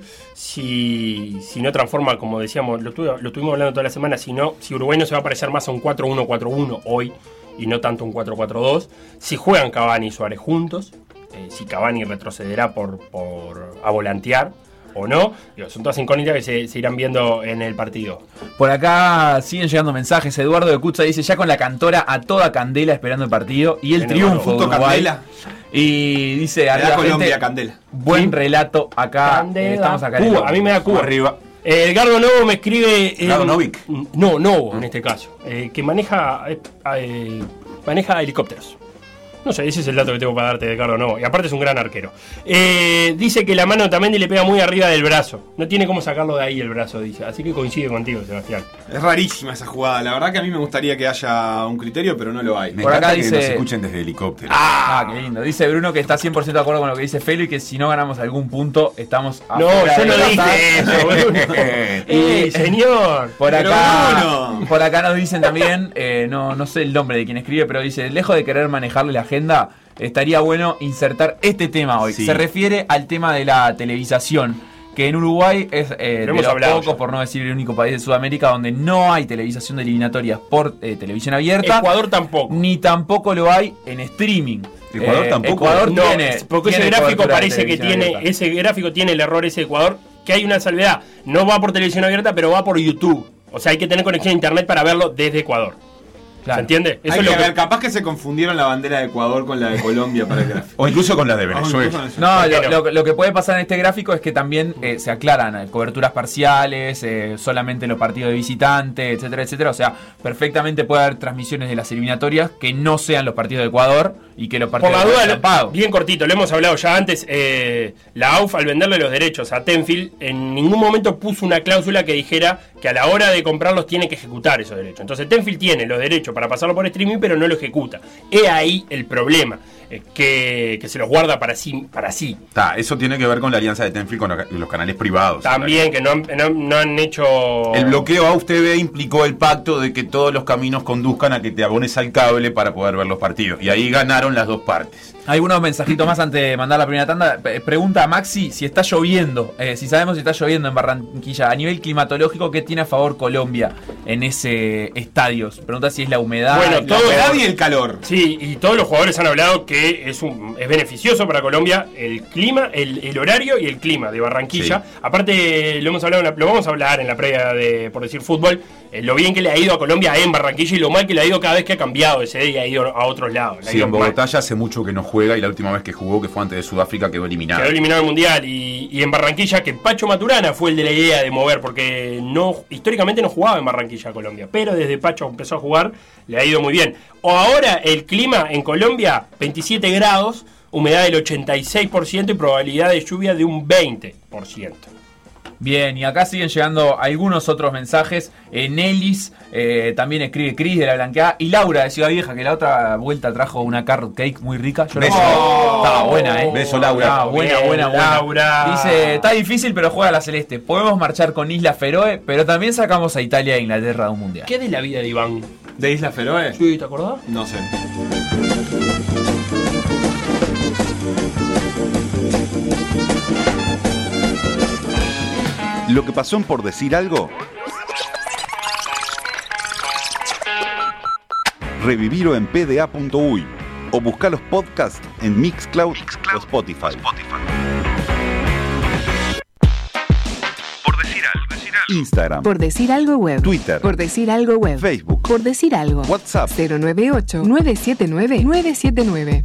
Si no transforma, como decíamos, lo estuvimos hablando toda la semana, si Uruguay no se va a parecer más a un 4-1-4-1 hoy y no tanto un 4-4-2. Si juegan Cavani y Suárez juntos, si Cavani retrocederá a volantear o no, son todas incógnitas que se irán viendo en el partido. Por acá siguen llegando mensajes. Eduardo de Cutza dice: ya con la cantora a toda candela esperando el partido y el triunfo de Uruguay. Candela. Y dice arriba Colombia, Candela. Buen relato acá. Estamos acá. Cuba, a mí me da Cuba. Arriba. Edgardo Novo me escribe. Edgardo Novik. No, Novo en este caso. Que maneja helicópteros. No sé, ese es el dato que tengo para darte, Edgardo Novo. Y aparte es un gran arquero. Dice que la mano Otamendi le pega muy arriba del brazo. No tiene cómo sacarlo de ahí el brazo, dice. Así que coincide contigo, Sebastián. Es rarísima esa jugada. La verdad que a mí me gustaría que haya un criterio, pero no lo hay. Me encanta que nos escuchen desde helicóptero. Qué lindo. Dice Bruno que está 100% de acuerdo con lo que dice Felo y que si no ganamos algún punto estamos No, yo no dije eso, Bruno. Señor. Por acá nos dicen también, no sé el nombre de quien escribe, pero dice: lejos de querer manejarle la agenda, estaría bueno insertar este tema hoy. Sí. Se refiere al tema de la televisación, que en Uruguay es de los pocos, por no decir el único país de Sudamérica, donde no hay televisación de eliminatorias por televisión abierta. Ecuador tampoco. Ni tampoco lo hay en streaming. Ecuador tampoco. Ecuador no, tiene. Porque ese gráfico parece que tiene. Ese gráfico tiene el error ese de Ecuador, que hay una salvedad. No va por televisión abierta, pero va por YouTube. O sea, hay que tener conexión a internet para verlo desde Ecuador. Claro. ¿Se entiende? Eso es lo que capaz que se confundieron la bandera de Ecuador con la de Colombia para el gráfico. O incluso con la de Venezuela. No, lo que puede pasar en este gráfico es que también se aclaran coberturas parciales, solamente los partidos de visitante, etcétera, etcétera. O sea, perfectamente puede haber transmisiones de las eliminatorias que no sean los partidos de Ecuador y que los partidos por la de duda, bien cortito, lo hemos hablado ya antes. La AUF, al venderle los derechos a Tenfield, en ningún momento puso una cláusula que dijera que a la hora de comprarlos tiene que ejecutar esos derechos. Entonces Tenfield tiene los derechos para pasarlo por streaming, pero no lo ejecuta. He ahí el problema, que se los guarda para sí. Eso tiene que ver con la alianza de Tenfield con los canales privados. También, que no han hecho... El bloqueo a UTV implicó el pacto de que todos los caminos conduzcan a que te abones al cable para poder ver los partidos. Y ahí ganaron las dos partes. Algunos mensajitos más antes de mandar la primera tanda. Pregunta a Maxi si está lloviendo, si sabemos si está lloviendo en Barranquilla. A nivel climatológico, ¿qué tiene a favor Colombia en ese estadio? Pregunta si es la humedad. Bueno, la humedad y el calor. Sí, y todos los jugadores han hablado que es beneficioso para Colombia el clima, el horario y el clima de Barranquilla. Sí. Aparte, lo vamos a hablar en la previa de, por decir, fútbol, lo bien que le ha ido a Colombia en Barranquilla y lo mal que le ha ido cada vez que ha cambiado ese día y ha ido a otros lados. Sí, en Bogotá ya hace mucho que no juega y la última vez que jugó, que fue antes de Sudáfrica, quedó eliminado. Quedó eliminado el Mundial y en Barranquilla, que Pacho Maturana fue el de la idea de mover, porque históricamente no jugaba en Barranquilla Colombia, pero desde Pacho empezó a jugar, le ha ido muy bien. O ahora el clima en Colombia, 27 grados, humedad del 86% y probabilidad de lluvia de un 20%. Bien, y acá siguen llegando algunos otros mensajes. Nelis, también escribe Cris de la Blanqueada, y Laura de Ciudad Vieja, que la otra vuelta trajo una carrot cake muy rica. Estaba buena, Beso, Laura. Buena. Laura. Dice: está difícil, pero juega la Celeste. Podemos marchar con Isla Feroe, pero también sacamos a Italia e Inglaterra de un mundial. ¿Qué de la vida de Iván? ¿De Isla Feroe? Sí, ¿te acordás? No sé. Lo que pasó en Por Decir Algo. Revivirlo en pda.uy o buscar los podcasts en Mixcloud o Spotify. Por Decir Algo. Instagram. Por Decir Algo Web. Twitter. Por Decir Algo Web. Facebook. Por Decir Algo. WhatsApp. 098-979-979.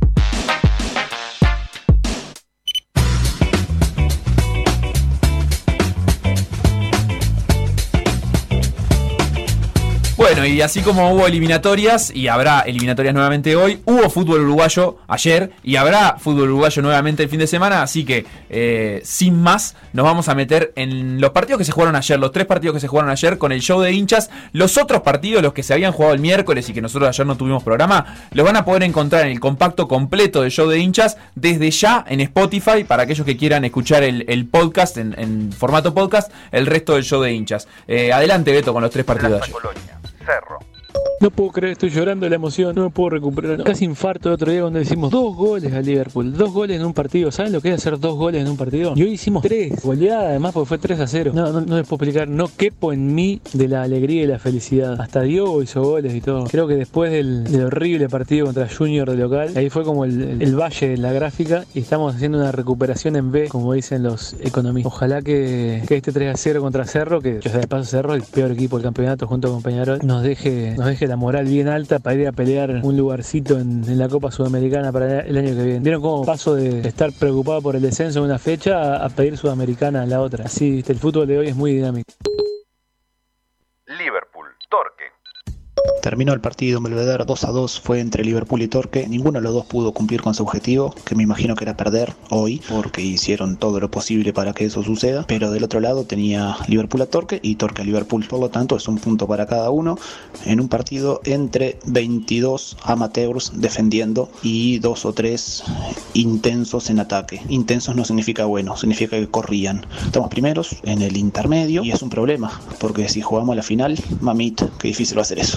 Bueno, y así como hubo eliminatorias, y habrá eliminatorias nuevamente hoy, hubo fútbol uruguayo ayer, y habrá fútbol uruguayo nuevamente el fin de semana, así que sin más, nos vamos a meter en los partidos que se jugaron ayer, los 3 partidos que se jugaron ayer con el show de hinchas. Los otros partidos, los que se habían jugado el miércoles y que nosotros ayer no tuvimos programa, los van a poder encontrar en el compacto completo del show de hinchas desde ya en Spotify, para aquellos que quieran escuchar el podcast en formato podcast, el resto del show de hinchas. Adelante, Beto, con los 3 partidos de ayer. Cerro. No puedo creer, estoy llorando de la emoción, no me puedo recuperar. Casi infarto el otro día cuando hicimos 2 goles a Liverpool, 2 goles en un partido. ¿Saben lo que es hacer 2 goles en un partido? Y hoy hicimos 3, goleada además porque fue 3-0. No les puedo explicar, no quepo en mí de la alegría y la felicidad. Hasta Diogo hizo goles y todo. Creo que después del horrible partido contra Junior de local, ahí fue como el valle de la gráfica y estamos haciendo una recuperación en B, como dicen los economistas. Ojalá que este 3-0 contra Cerro, que yo sé de paso Cerro, el peor equipo del campeonato junto con Peñarol, nos deje la moral bien alta para ir a pelear un lugarcito en la Copa Sudamericana para el año que viene. ¿Vieron cómo paso de estar preocupado por el descenso en una fecha a pedir Sudamericana en la otra? Así, ¿viste? El fútbol de hoy es muy dinámico. Liverpool, Torque. Terminó el partido en Belvedere 2-2, fue entre Liverpool y Torque. Ninguno de los dos pudo cumplir con su objetivo, que me imagino que era perder hoy, porque hicieron todo lo posible para que eso suceda. Pero del otro lado tenía Liverpool a Torque y Torque a Liverpool. Por lo tanto, es un punto para cada uno en un partido entre 22 amateurs defendiendo y 2 o 3 intensos en ataque. Intensos no significa bueno, significa que corrían. Estamos primeros en el intermedio y es un problema, porque si jugamos a la final, mamita, qué difícil va a ser eso.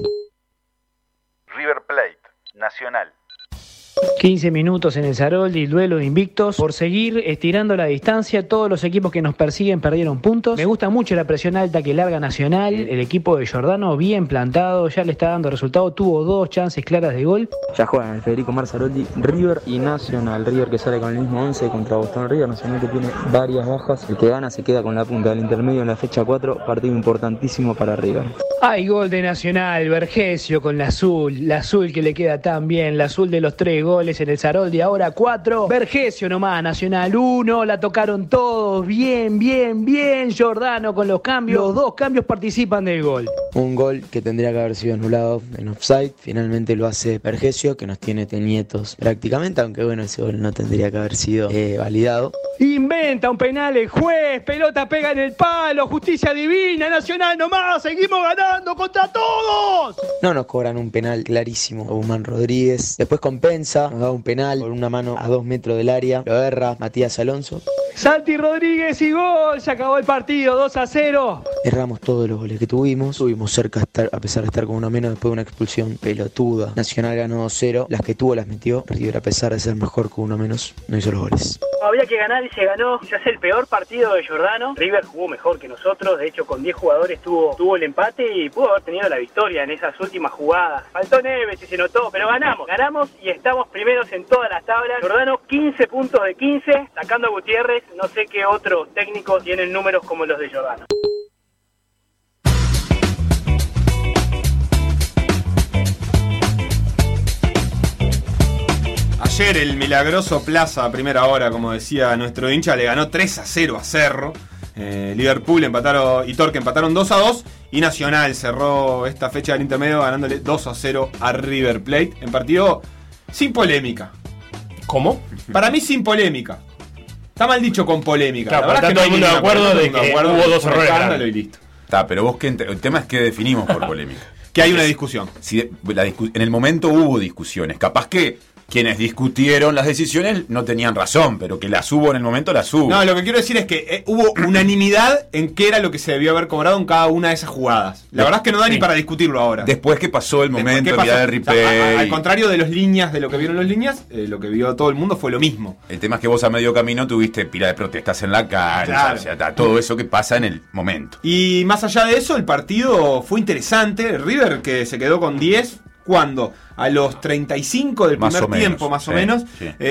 River Plate, Nacional. 15 minutos en el Saroldi, duelo de invictos. Por seguir estirando la distancia, todos los equipos que nos persiguen perdieron puntos. Me gusta mucho la presión alta que larga Nacional. El equipo de Giordano bien plantado, ya le está dando resultado. Tuvo 2 chances claras de gol. Ya juegan el Federico Marzaroldi, River y Nacional. River que sale con el mismo 11 contra Boston River. Nacional que tiene varias bajas. El que gana se queda con la punta del intermedio en la fecha 4. Partido importantísimo para River. Hay gol de Nacional, Vergesio con la azul que le queda tan bien, la azul de los 3 goles en el Saroldi, ahora 4, Vergesio nomás, Nacional 1, la tocaron todos, bien, Giordano con los cambios, los 2 cambios participan del gol. Un gol que tendría que haber sido anulado en offside, finalmente lo hace Vergesio, que nos tiene nietos prácticamente, aunque bueno, ese gol no tendría que haber sido validado. Inventa un penal el juez, pelota pega en el palo, justicia divina, Nacional nomás, seguimos ganando contra todos. No nos cobran un penal clarísimo a Guzmán Rodríguez, después compensa, nos da un penal por una mano a 2 metros del área, lo erra Matías Alonso. Santi Rodríguez y gol, se acabó el partido, 2-0. Erramos todos los goles que tuvimos cerca de estar, a pesar de estar con uno menos después de una expulsión pelotuda. Nacional ganó 2-0, las que tuvo las metió. River, a pesar de ser mejor con uno menos, no hizo los goles. Había que ganar y se ganó. Ya es el peor partido de Giordano. River jugó mejor que nosotros, de hecho con 10 jugadores tuvo el empate y pudo haber tenido la victoria en esas últimas jugadas. Faltó Neves y se notó, pero ganamos y estamos primeros en todas las tablas. Giordano 15 puntos de 15, sacando a Gutiérrez. No sé qué otros técnicos tienen números como los de Giordano. Ayer el milagroso Plaza a primera hora, como decía nuestro hincha, le ganó 3-0 a Cerro. Liverpool y Torque empataron 2-2 y Nacional cerró esta fecha del intermedio ganándole 2-0 a River Plate en partido sin polémica. ¿Cómo? Para mí sin polémica. Está mal dicho con polémica. Claro, la verdad es que todo el mundo de acuerdo de que hubo 2 errores y listo. Está, pero vos el tema es que definimos por polémica. Que hay una discusión. Si en el momento hubo discusiones. Capaz que quienes discutieron las decisiones no tenían razón, pero que las hubo en el momento, las hubo. No, lo que quiero decir es que hubo unanimidad en qué era lo que se debió haber cobrado en cada una de esas jugadas. La verdad es que no da ni para discutirlo ahora. Después que pasó el momento de mirar el replay. Al contrario de los líneas, de lo que vieron los líneas, lo que vio todo el mundo fue lo mismo. El tema es que vos a medio camino tuviste pila de protestas en la calle, claro. O sea, todo eso que pasa en el momento. Y más allá de eso, el partido fue interesante. River, que se quedó con 10, cuando a los 35 del primer tiempo, más o menos,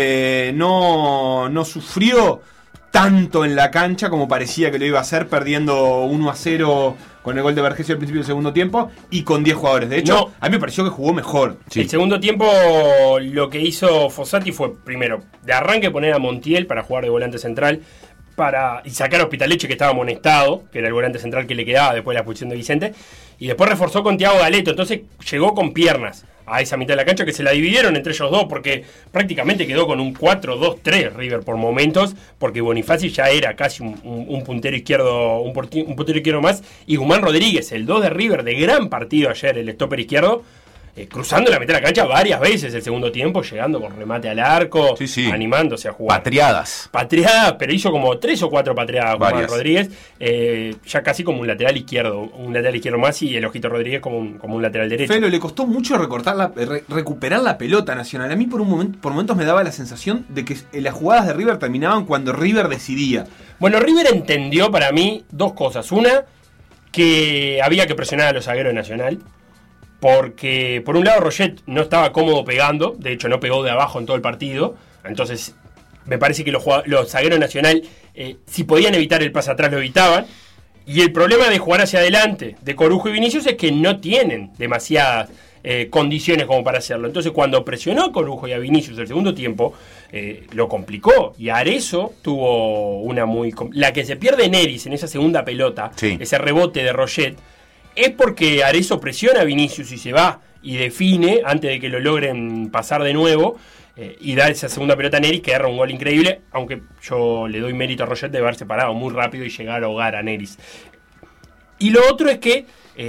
no sufrió tanto en la cancha como parecía que lo iba a hacer, perdiendo 1-0 con el gol de Vergesio al principio del segundo tiempo y con 10 jugadores. De hecho, a mí me pareció que jugó mejor. Sí. El segundo tiempo lo que hizo Fossati fue, primero, de arranque poner a Montiel para jugar de volante central. y sacar a Hospitaleche, que estaba amonestado, que era el volante central que le quedaba después de la expulsión de Vicente, y después reforzó con Thiago Galeto. Entonces llegó con piernas a esa mitad de la cancha, que se la dividieron entre ellos dos, porque prácticamente quedó con un 4-2-3 River por momentos, porque Bonifaci ya era casi un puntero izquierdo, un puntero izquierdo más, y Guzmán Rodríguez, el 2 de River, de gran partido ayer, el stopper izquierdo, cruzando la mitad de la cancha varias veces el segundo tiempo, llegando con remate al arco, animándose a jugar. Patriadas, pero hizo como 3 o 4 patriadas Guzmán Rodríguez, ya casi como un lateral izquierdo más, y el Ojito Rodríguez como un lateral derecho. Felo, le costó mucho recuperar la pelota Nacional. A mí por momentos me daba la sensación de que las jugadas de River terminaban cuando River decidía. Bueno, River entendió para mí dos cosas. Una, que había que presionar a los zagueros de Nacional, porque por un lado Roget no estaba cómodo pegando, de hecho no pegó de abajo en todo el partido, entonces me parece que los zagueros Nacional, si podían evitar el pase atrás lo evitaban, y el problema de jugar hacia adelante de Corujo y Vinicius es que no tienen demasiadas condiciones como para hacerlo. Entonces cuando presionó a Corujo y a Vinicius el segundo tiempo, lo complicó, y Arezzo tuvo la que se pierde Neris en esa segunda pelota, ese rebote de Roget, es porque Arezzo presiona a Vinicius y se va y define antes de que lo logren pasar de nuevo, y da esa segunda pelota a Neris, que erra un gol increíble, aunque yo le doy mérito a Roget de haberse parado muy rápido y llegar a ahogar a Neris. Y lo otro es que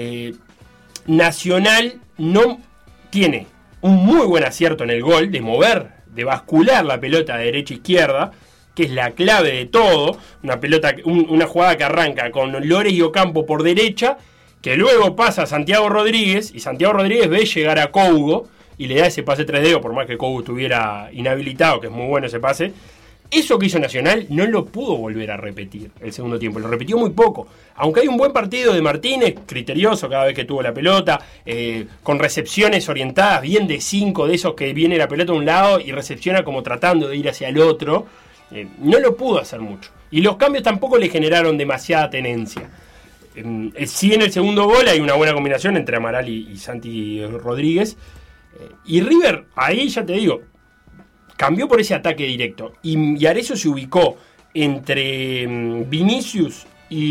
Nacional no tiene un muy buen acierto en el gol de mover, de bascular la pelota de derecha a izquierda, que es la clave de todo. Una jugada que arranca con Lores y Ocampo por derecha, que luego pasa a Santiago Rodríguez, y Santiago Rodríguez ve llegar a Cougo y le da ese pase 3D, por más que Cougo estuviera inhabilitado, que es muy bueno ese pase. Eso que hizo Nacional no lo pudo volver a repetir el segundo tiempo, lo repitió muy poco. Aunque hay un buen partido de Martínez, criterioso cada vez que tuvo la pelota, con recepciones orientadas, bien de 5, de esos que viene la pelota a un lado y recepciona como tratando de ir hacia el otro, no lo pudo hacer mucho. Y los cambios tampoco le generaron demasiada tenencia. Sí, en el segundo gol hay una buena combinación entre Amaral y Santi Rodríguez, y River, ahí ya te digo, cambió por ese ataque directo, y Arezzo se ubicó entre Vinicius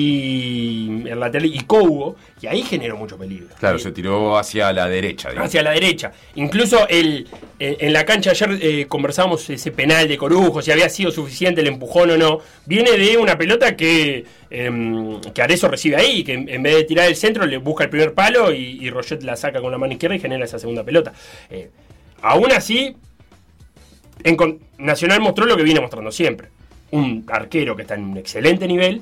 y el lateral y Cougo, y ahí generó mucho peligro. Claro, se tiró hacia la derecha. Digamos. Hacia la derecha. Incluso en la cancha ayer conversábamos ese penal de Corujo, si había sido suficiente el empujón o no. Viene de una pelota que Arezzo recibe ahí, que en vez de tirar el centro le busca el primer palo y Roget la saca con la mano izquierda y genera esa segunda pelota. Aún así, Nacional mostró lo que viene mostrando siempre. Un arquero que está en un excelente nivel,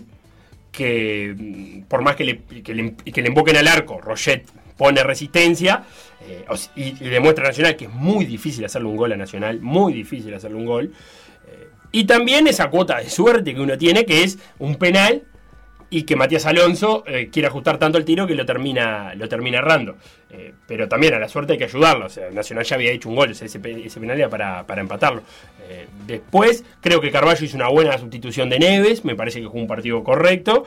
que por más que le emboquen al arco, Roget pone resistencia, y demuestra a Nacional que es muy difícil hacerle un gol a Nacional, muy difícil hacerle un gol, y también esa cuota de suerte que uno tiene, que es un penal, y que Matías Alonso quiere ajustar tanto el tiro que lo termina errando. Pero también a la suerte hay que ayudarlo. O sea, Nacional ya había hecho un gol, ese penal era para empatarlo. Después, creo que Carvalho hizo una buena sustitución de Neves, me parece que fue un partido correcto.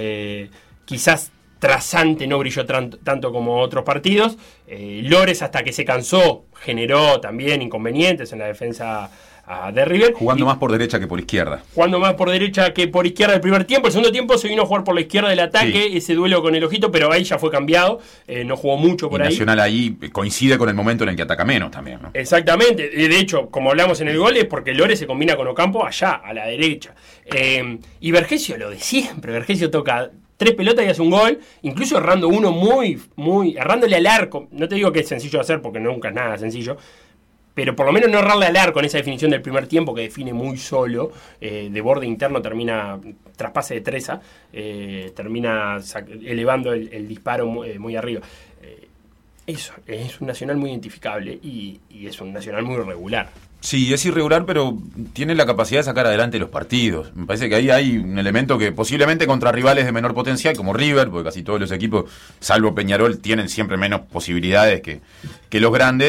Quizás Trasante no brilló tanto como otros partidos. Lores, hasta que se cansó, generó también inconvenientes en la defensa de River. Jugando más por derecha que por izquierda. Jugando más por derecha que por izquierda el primer tiempo. El segundo tiempo se vino a jugar por la izquierda del ataque, ese duelo con el Ojito, pero ahí ya fue cambiado. No jugó mucho por ahí. Nacional ahí coincide con el momento en el que ataca menos también, ¿no? Exactamente. De hecho, como hablamos en el gol, es porque Lores se combina con Ocampo allá, a la derecha. Y Vergesio lo de siempre. Vergesio toca 3 pelotas y hace un gol, incluso errando uno errándole al arco. No te digo que es sencillo de hacer, porque nunca es nada sencillo, pero por lo menos no errarle al arco en esa definición del primer tiempo, que define muy solo, de borde interno termina, traspase de Treza, termina elevando el disparo muy arriba. Eso, es un Nacional muy identificable y es un Nacional muy regular. Sí, es irregular, pero tiene la capacidad de sacar adelante los partidos. Me parece que ahí hay un elemento que posiblemente contra rivales de menor potencial, como River, porque casi todos los equipos, salvo Peñarol, tienen siempre menos posibilidades que los grandes.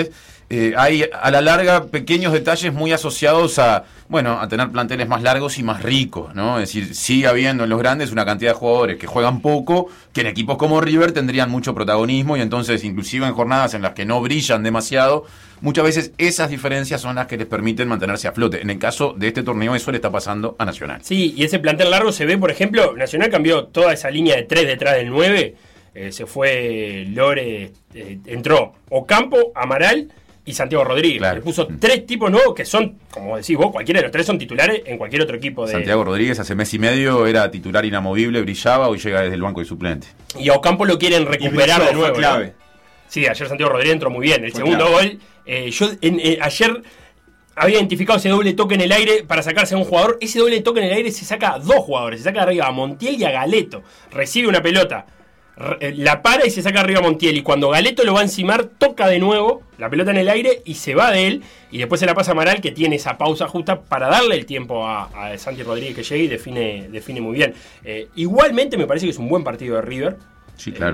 hay a la larga pequeños detalles muy asociados a tener planteles más largos y más ricos, ¿no? Es decir, sigue habiendo en los grandes una cantidad de jugadores que juegan poco, que en equipos como River tendrían mucho protagonismo, y entonces inclusive en jornadas en las que no brillan demasiado, muchas veces esas diferencias son las que les permiten mantenerse a flote. En el caso de este torneo eso le está pasando a Nacional. Sí, y ese plantel largo se ve, por ejemplo, Nacional cambió toda esa línea de 3 detrás del 9, se fue Lore, entró Ocampo, Amaral y Santiago Rodríguez. Claro. Le puso 3 tipos nuevos que son, como decís vos, cualquiera de los 3 son titulares en cualquier otro equipo. Santiago Rodríguez hace mes y medio era titular inamovible, brillaba, hoy llega desde el banco de suplente. Y a Ocampo lo quieren recuperar de nuevo, clave. ¿no? Sí, ayer Santiago Rodríguez entró muy bien. El Fue segundo clave. gol, ayer había identificado ese doble toque en el aire para sacarse a un jugador. Ese doble toque en el aire se saca a 2 jugadores. Se saca arriba a Montiel y a Galeto. Recibe una pelota, la para y se saca arriba a Montiel. Y cuando Galeto lo va a encimar, toca de nuevo la pelota en el aire y se va de él. Y después se la pasa a Amaral, que tiene esa pausa justa para darle el tiempo a Santi Rodríguez que llegue y define muy bien. Igualmente me parece que es un buen partido de River. Sí, claro.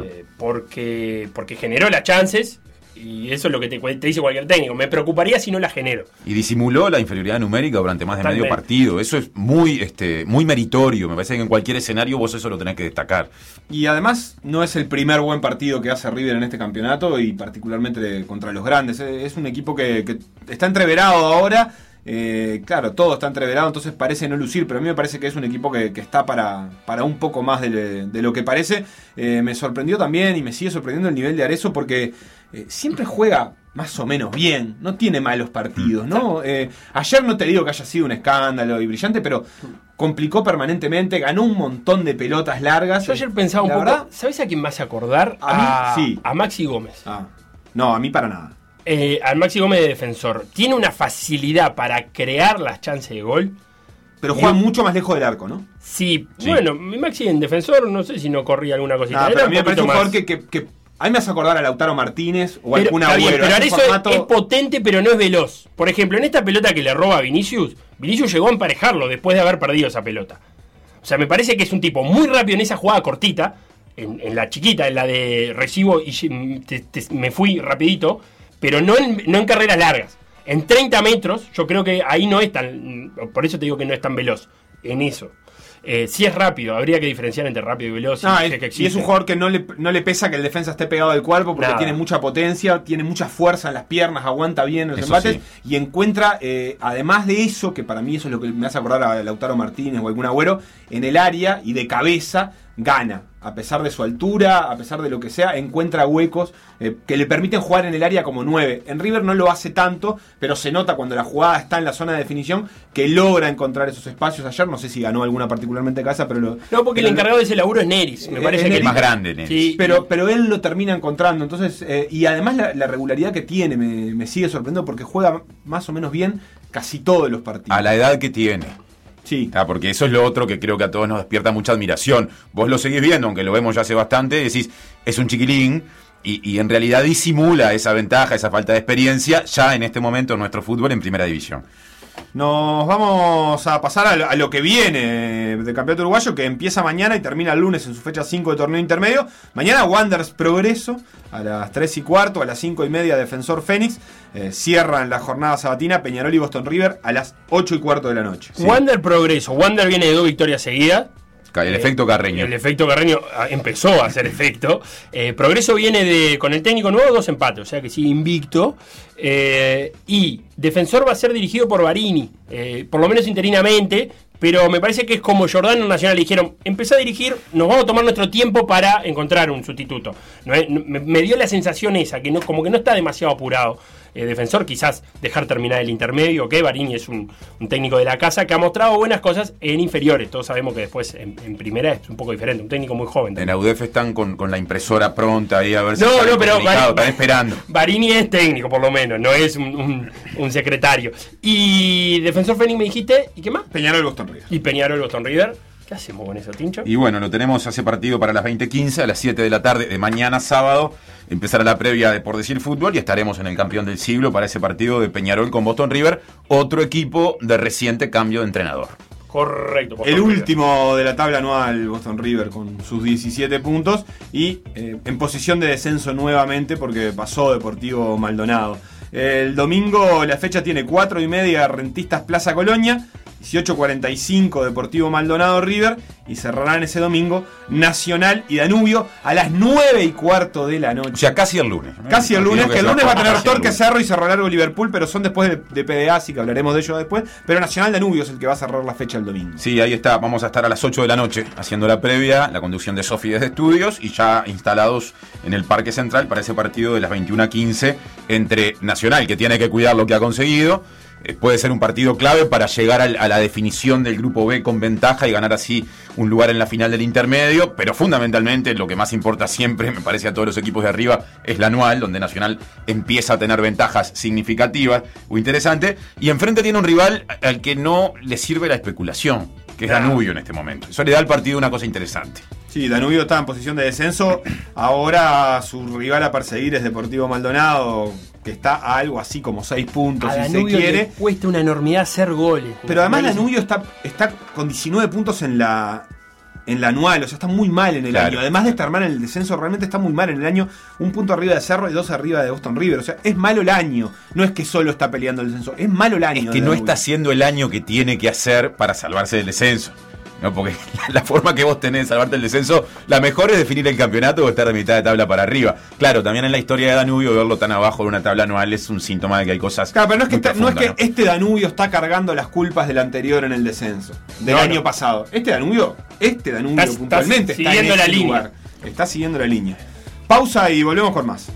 Porque generó las chances. Y eso es lo que te dice cualquier técnico. Me preocuparía si no la genero. Y disimuló la inferioridad numérica durante más de medio partido. Eso es muy meritorio. Me parece que en cualquier escenario vos eso lo tenés que destacar. Y además no es el primer buen partido que hace River en este campeonato, y particularmente contra los grandes. Es un equipo que está entreverado ahora. Claro, todo está entreverado, entonces parece no lucir, pero a mí me parece que es un equipo que está para un poco más de lo que parece. Me sorprendió también y me sigue sorprendiendo el nivel de Arezzo, porque siempre juega más o menos bien, no tiene malos partidos, ¿no? Ayer no te digo que haya sido un escándalo y brillante, pero complicó permanentemente, ganó un montón de pelotas largas. Yo ayer pensaba un poco, ¿verdad? ¿sabes a quién me hace acordar? A mí, sí. A Maxi Gómez. No, a mí para nada. Al Maxi Gómez de defensor. Tiene una facilidad para crear las chances de gol. Pero juega mucho más lejos del arco, ¿no? Sí, bueno, mi Maxi en defensor, no sé si no corría alguna cosita. Pero a mí me parece un jugador que a mí me hace acordar a Lautaro Martínez o algún Agüero. Pero Arezzo es potente, pero no es veloz. Por ejemplo, en esta pelota que le roba a Vinicius llegó a emparejarlo después de haber perdido esa pelota. O sea, me parece que es un tipo muy rápido en esa jugada cortita, en la chiquita, en la de recibo y me fui rapidito, pero no en carreras largas. En 30 metros, yo creo que ahí no es tan... Por eso te digo que no es tan veloz en eso. Sí es rápido, habría que diferenciar entre rápido y veloz. Y es un jugador que no le pesa que el defensa esté pegado al cuerpo, porque tiene mucha potencia, tiene mucha fuerza en las piernas, aguanta bien los embates, sí. Y encuentra, además de eso, que para mí eso es lo que me hace acordar a Lautaro Martínez o algún Agüero, en el área y de cabeza gana. A pesar de su altura, a pesar de lo que sea, encuentra huecos que le permiten jugar en el área como 9. En River no lo hace tanto, pero se nota cuando la jugada está en la zona de definición que logra encontrar esos espacios. Ayer no sé si ganó alguna particularmente casa, pero no, porque el encargado de ese laburo es Neris. Me parece que es el más grande, Neris. Sí, pero él lo termina encontrando. Entonces, y además la regularidad que tiene me sigue sorprendiendo, porque juega más o menos bien casi todos los partidos. A la edad que tiene. Sí. Porque eso es lo otro que creo que a todos nos despierta mucha admiración. Vos lo seguís viendo, aunque lo vemos ya hace bastante, decís, es un chiquilín, y en realidad disimula esa ventaja, esa falta de experiencia, ya en este momento en nuestro fútbol en primera división. Nos vamos a pasar a lo que viene del campeonato uruguayo, que empieza mañana y termina el lunes en su fecha 5 de torneo intermedio. Mañana Wanderers Progreso a las 3:15, a las 5:30 Defensor Fénix. Cierran la jornada sabatina Peñarol y Boston River a las 8:15 de la noche. Sí. Wander Progreso. Wander viene de 2 victorias seguidas. El efecto Carreño. El efecto Carreño empezó a hacer efecto. Progreso viene con el técnico nuevo 2 empates, o sea que sigue invicto. Y Defensor va a ser dirigido por Barini, por lo menos interinamente, pero me parece que es como Giordano Nacional le dijeron, empezá a dirigir, nos vamos a tomar nuestro tiempo para encontrar un sustituto. Me dio la sensación esa, que como que no está demasiado apurado. Defensor, quizás dejar terminar el intermedio, que Barini es un técnico de la casa que ha mostrado buenas cosas en inferiores. Todos sabemos que después en primera es un poco diferente, un técnico muy joven también. En AUDEF están con la impresora pronta ahí a ver si pero están esperando. Barini es técnico por lo menos, no es un secretario. Y Defensor Fénix me dijiste, ¿y qué más? Peñarol Boston River. Y Peñarol Boston River. ¿Qué hacemos con eso, Tincho? Y bueno, lo tenemos hace partido para las 20:15, a las 7 de la tarde de mañana sábado. Empezará la previa de Por Decir Fútbol y estaremos en el campeón del siglo para ese partido de Peñarol con Boston River, otro equipo de reciente cambio de entrenador. Correcto. El último de la tabla anual, Boston River, con sus 17 puntos y en posición de descenso nuevamente porque pasó Deportivo Maldonado. El domingo la fecha tiene 4:30 Rentistas Plaza Colonia, 18:45 Deportivo Maldonado River, y cerrarán ese domingo Nacional y Danubio a las 9:15 de la noche. O sea, casi el lunes. Casi el lunes, que el lunes va a tener casi el Torque lunes. Cerro y Cerro Largo Liverpool, pero son después de PDA, así que hablaremos de ello después. Pero Nacional Danubio es el que va a cerrar la fecha el domingo. Sí, ahí está. Vamos a estar a las 8 de la noche haciendo la previa, la conducción de Sofi desde estudios y ya instalados en el Parque Central para ese partido de las 21:15 entre Nacional, que tiene que cuidar lo que ha conseguido. Puede ser un partido clave para llegar a la definición del grupo B con ventaja y ganar así un lugar en la final del intermedio, pero fundamentalmente lo que más importa siempre, me parece a todos los equipos de arriba, es la anual, donde Nacional empieza a tener ventajas significativas o interesantes, y enfrente tiene un rival al que no le sirve la especulación, que es Danubio en este momento. Eso le da al partido una cosa interesante. Sí, Danubio está en posición de descenso. Ahora su rival a perseguir es Deportivo Maldonado, que está a algo así como 6 puntos, A si se Danubio quiere. le cuesta una enormidad hacer goles. Pero además Danubio está con 19 puntos en la anual, o sea, está muy mal en el Claro. año. Además de estar mal en el descenso, realmente está muy mal en el año. 1 punto arriba de Cerro y 2 arriba de Boston River. O sea, es malo el año. No es que solo está peleando el descenso, es malo el año. Es que no está haciendo el año que tiene que hacer para salvarse del descenso. No, porque la forma que vos tenés de salvarte del descenso, la mejor es definir el campeonato o estar de mitad de tabla para arriba. Claro, también en la historia de Danubio, verlo tan abajo de una tabla anual es un síntoma de que hay cosas. Claro, pero no es que, muy profundas, este Danubio está cargando las culpas del anterior en el descenso, del año pasado. Este Danubio puntualmente está siguiendo en la ese línea. lugar. Está siguiendo la línea. Pausa y volvemos con más.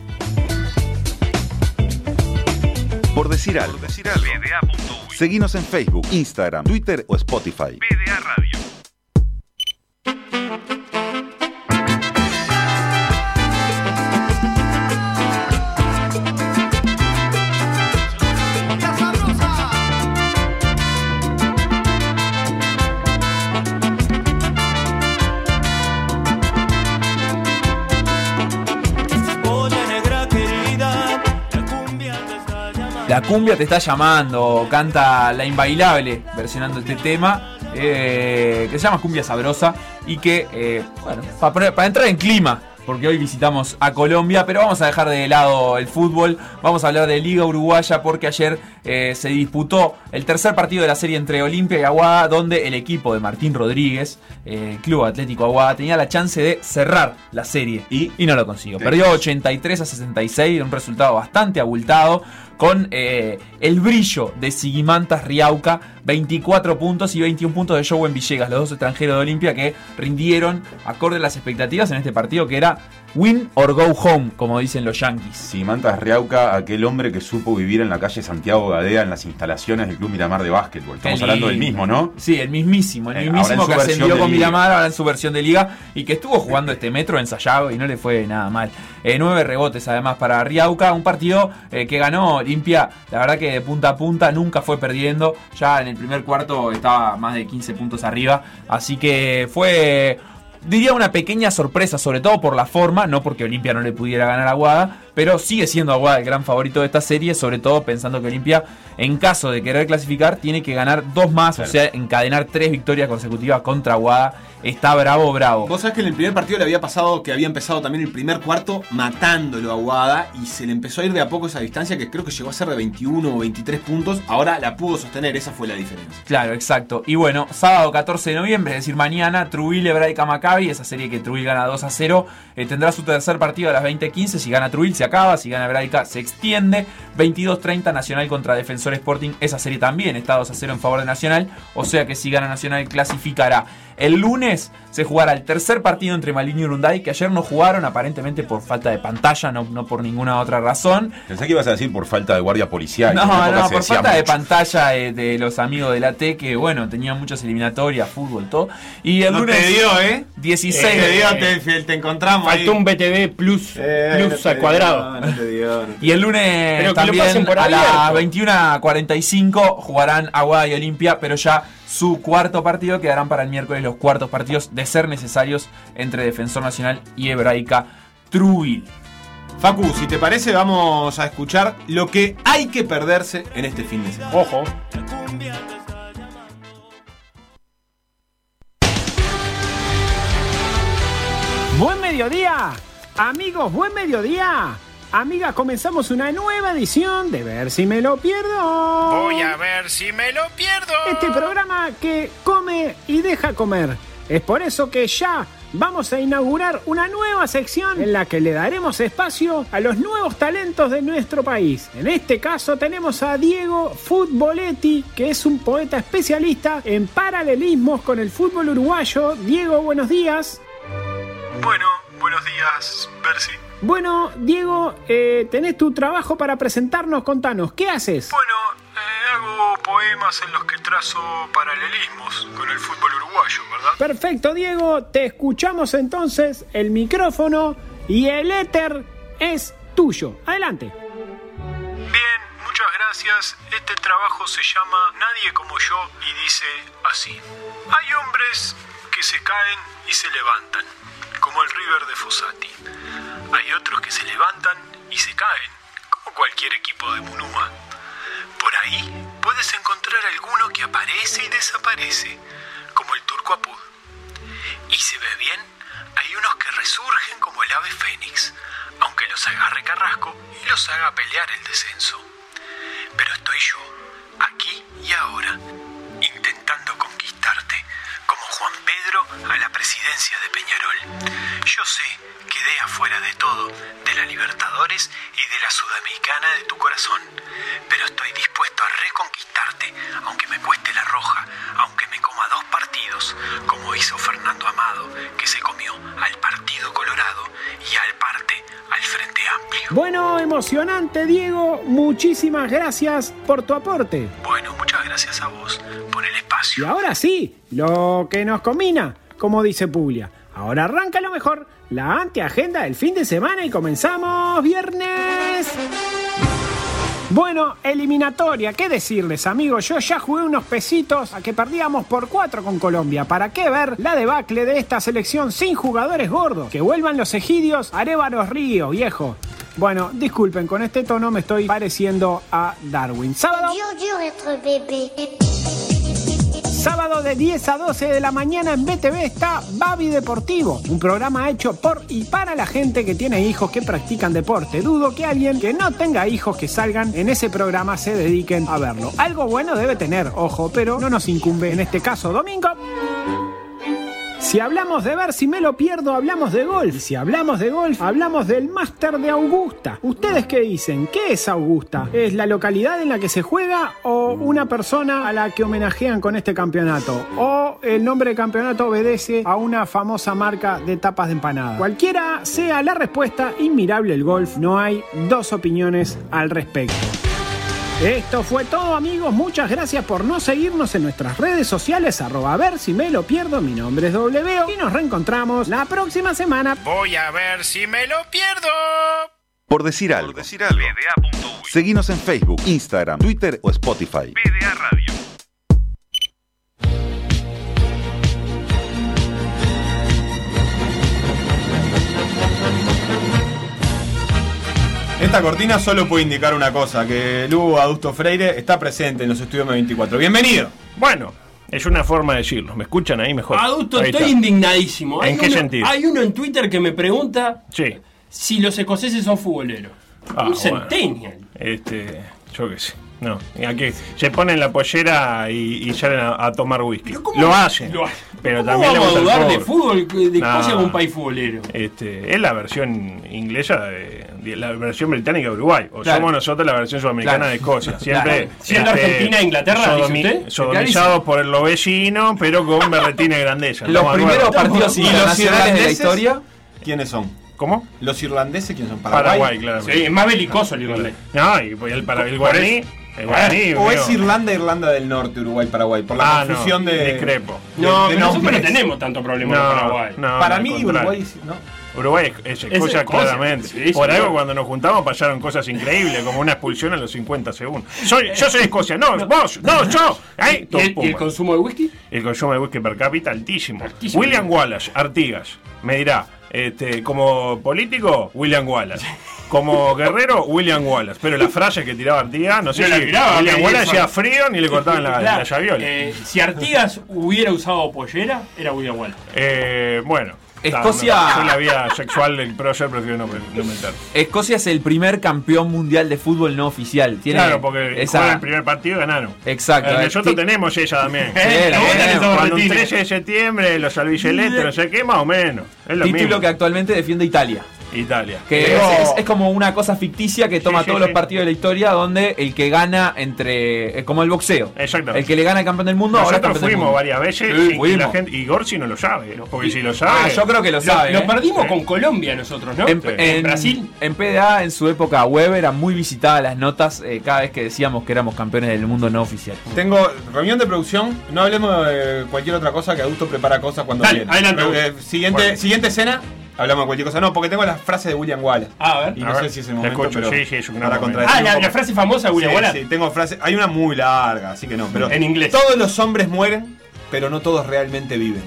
Por decir algo. Seguinos en Facebook, Instagram, Twitter o Spotify. PDA Radio. La cumbia te está llamando, canta La Inbailable, versionando este tema, que se llama Cumbia Sabrosa, y que, bueno, para entrar en clima, porque hoy visitamos a Colombia, pero vamos a dejar de lado el fútbol, vamos a hablar de Liga Uruguaya, porque ayer se disputó el tercer partido de la serie entre Olimpia y Aguada, donde el equipo de Martín Rodríguez, Club Atlético Aguada, tenía la chance de cerrar la serie, y no lo consiguió. Perdió 83-66, un resultado bastante abultado, con el brillo de Sigimantas Riauca, 24 puntos y 21 puntos de Jowen Villegas, los dos extranjeros de Olimpia que rindieron acorde a las expectativas en este partido, que era win or go home, como dicen los yankees. Sigimantas Riauca, aquel hombre que supo vivir en la calle Santiago Gadea, en las instalaciones del Club Miramar de básquetbol. Estamos hablando del mismo, ¿no? Sí, el mismísimo ahora que en su versión ascendió de con liga. Miramar, ahora en su versión de liga, y que estuvo jugando este metro ensayado y no le fue nada mal. 9 rebotes además para Riauca, un partido que ganó Olimpia, la verdad que de punta a punta, nunca fue perdiendo, ya en el primer cuarto estaba más de 15 puntos arriba, así que fue, diría, una pequeña sorpresa, sobre todo por la forma, no porque Olimpia no le pudiera ganar a Aguada, pero sigue siendo Aguada el gran favorito de esta serie, sobre todo pensando que Olimpia, en caso de querer clasificar, tiene que ganar 2 más, claro. O sea, encadenar 3 victorias consecutivas contra Aguada. Está bravo. Vos sabés que en el primer partido le había pasado que había empezado también el primer cuarto matándolo a Aguada, y se le empezó a ir de a poco esa distancia, que creo que llegó a ser de 21 o 23 puntos. Ahora la pudo sostener, esa fue la diferencia. Claro, exacto. Y bueno, sábado 14 de noviembre, es decir, mañana, Trujillo Hebraica Maccabi, esa serie que Trujillo gana 2-0, tendrá su tercer partido a las 20:15. Si gana Trujillo se acaba, si gana Hebraica se extiende. 22:30 Nacional contra Defensor Sporting, esa serie también está 2-0 en favor de Nacional, o sea que si gana Nacional clasificará. El lunes se jugará el tercer partido entre Malini y Urunday, que ayer no jugaron aparentemente por falta de pantalla, no por ninguna otra razón. Pensé que ibas a decir por falta de guardia policial. No, por falta de pantalla de los amigos de la T, que bueno, tenían muchas eliminatorias, fútbol, todo. Y el lunes te dio, 16 te encontramos. Faltó ahí un BTV plus al cuadrado. No te dio. Y el lunes también a las 21:45 jugarán Aguada y Olimpia, pero ya su cuarto partido quedarán para el miércoles los cuartos partidos, de ser necesarios, entre Defensor Nacional y Hebraica Trujillo. Facu, si te parece, vamos a escuchar lo que hay que perderse en este fin de semana. Ojo. Buen mediodía, amigos, buen mediodía. amigas, comenzamos una nueva edición de Ver si me lo pierdo. Voy a ver si me lo pierdo. Este programa que come y deja comer. Es por eso que ya vamos a inaugurar una nueva sección en la que le daremos espacio a los nuevos talentos de nuestro país. En este caso tenemos a Diego Futboletti, que es un poeta especialista en paralelismos con el fútbol uruguayo. Diego, buenos días. Bueno, buenos días, Percy. Bueno, Diego, tenés tu trabajo para presentarnos. Contanos, ¿qué haces? Bueno, hago poemas en los que trazo paralelismos con el fútbol uruguayo, ¿verdad? Perfecto, Diego, te escuchamos entonces. El micrófono y el éter es tuyo. Adelante. Bien, muchas gracias. Este trabajo se llama Nadie como yo y dice así. Hay hombres que se caen y se levantan, como el River de Fossati. Hay otros que se levantan y se caen, como cualquier equipo de Munúa. Por ahí puedes encontrar alguno que aparece y desaparece, como el Turco Apud. Y si ves bien, hay unos que resurgen como el ave fénix, aunque los agarre Carrasco y los haga pelear el descenso. Pero estoy yo, aquí y ahora, intentando conquistarte, como Juan Pedro a la presidencia de Peñarol. Yo sé, quedé afuera de todo, de la Libertadores y de la Sudamericana de tu corazón, pero estoy dispuesto a reconquistarte, aunque me cueste la roja, aunque me coma 2 partidos, como hizo Fernando Amado, que se comió al Partido Colorado y al parte al Frente Amplio. Bueno, emocionante, Diego. Muchísimas gracias por tu aporte. Bueno, muchas gracias a vos por el espacio. Y ahora sí, lo que nos combina, como dice Puglia. Ahora arranca lo mejor, la anteagenda del fin de semana y comenzamos viernes. Bueno, eliminatoria, ¿qué decirles, amigos? Yo ya jugué unos pesitos a que perdíamos por 4 con Colombia. ¿Para qué ver la debacle de esta selección sin jugadores gordos? Que vuelvan los egidios Arévalos Río, viejo. Bueno, disculpen, con este tono me estoy pareciendo a Darwin. Sábado de 10 a 12 de la mañana en BTV está Babi Deportivo, un programa hecho por y para la gente que tiene hijos que practican deporte. Dudo que alguien que no tenga hijos que salgan en ese programa se dediquen a verlo. Algo bueno debe tener, ojo, pero no nos incumbe en este caso domingo. Si hablamos de ver si me lo pierdo, hablamos de golf. Y si hablamos de golf, hablamos del Máster de Augusta. ¿Ustedes qué dicen? ¿Qué es Augusta? ¿Es la localidad en la que se juega o una persona a la que homenajean con este campeonato? ¿O el nombre de campeonato obedece a una famosa marca de tapas de empanada? Cualquiera sea la respuesta, inmirable el golf. No hay 2 opiniones al respecto. Esto fue todo, amigos. Muchas gracias por no seguirnos en nuestras redes sociales. @ ver si me lo pierdo. Mi nombre es W. Y nos reencontramos la próxima semana. Voy a ver si me lo pierdo. Por decir algo. Seguinos en Facebook, Instagram, Twitter o Spotify. PDA Radio. Esta cortina solo puede indicar una cosa, que Lugo Adusto Freire está presente en los estudios M24. ¡Bienvenido! Bueno, es una forma de decirlo. ¿Me escuchan ahí mejor? Adusto, ahí estoy está. indignadísimo. ¿En qué sentido? Hay uno en Twitter que me pregunta si los escoceses son futboleros. Un centennial. Yo qué sé. No, aquí se ponen la pollera y salen a tomar whisky. Lo hacen. Pero ¿Cómo también vamos a le gusta dudar el de fútbol de Escocia como un país futbolero? Es la versión inglesa de la versión británica de Uruguay. O Claro. somos nosotros la versión sudamericana de Escocia. Siempre Siendo Argentina e Inglaterra, dice usted. sodomizados por lo vecino, pero con berretines grandeza. Los primeros partidos ¿Y los internacionales de la irlandeses? historia. ¿Quiénes son? ¿Cómo? ¿Los irlandeses quiénes son? Paraguay, claramente. Sí, es más belicoso el irlandés. No, y el guaraní. El guaraní, ¿O veo. es Irlanda del Norte, Uruguay, Paraguay? Por la confusión de... discrepo. No, de pero nosotros no nombres. tenemos tanto problema con Paraguay. Para al mí contrario. Uruguay no. Uruguay es Escocia, claramente. Sí, Por señor. algo cuando nos juntamos pasaron cosas increíbles, como una expulsión a los 50 segundos. Yo soy Escocia, no, vos, no, yo. Ahí, ¿Y el consumo de whisky? El consumo de whisky per cápita altísimo. William Wallace, Artigas, me dirá, como político, William Wallace. Como guerrero, William Wallace. Pero la frase que tiraba Artigas, no sé No si la tiraba, William que Wallace dijo- hacía frío ni le cortaban la llaviola. Si Artigas hubiera usado pollera, era William Wallace. Bueno, Escocia. Yo la vida sexual del prócer prefiero no meter. Escocia es el primer campeón mundial de fútbol no oficial. Tiene Claro, porque juegan el primer partido y ganaron. Exacto. Nosotros tenemos ella también. tenemos. Cuando un 13 de septiembre, los albicelestes, no sé qué, más o menos. Es lo Título mismo. que actualmente defiende Italia. Italia. Que es como una cosa ficticia que toma todos los partidos de la historia, donde el que gana es como el boxeo. Exacto. El que le gana al campeón del mundo ahora es Nosotros campeón del fuimos mundo. varias veces Sí, y fuimos. la gente, y Gorsi no lo sabe, ¿no? Porque si lo sabe. Yo creo que lo sabe. Lo perdimos con Colombia nosotros, ¿no? En Brasil. En PDA, en su época web, eran muy visitadas las notas cada vez que decíamos que éramos campeones del mundo no oficial. Tengo reunión de producción. No hablemos de cualquier otra cosa, que Augusto prepara cosas cuando Dale, viene. adelante. Siguiente escena. Hablamos de cualquier cosa. No, porque tengo las frases de William Wallace. A ver. Y no sé si es el momento, escucho. pero Sí, es un para gran momento. contradecir un La poco. frase famosa de William Wallace. Sí, tengo frases. Hay una muy larga, así que no. Pero En inglés. Todos los hombres mueren, pero no todos realmente viven.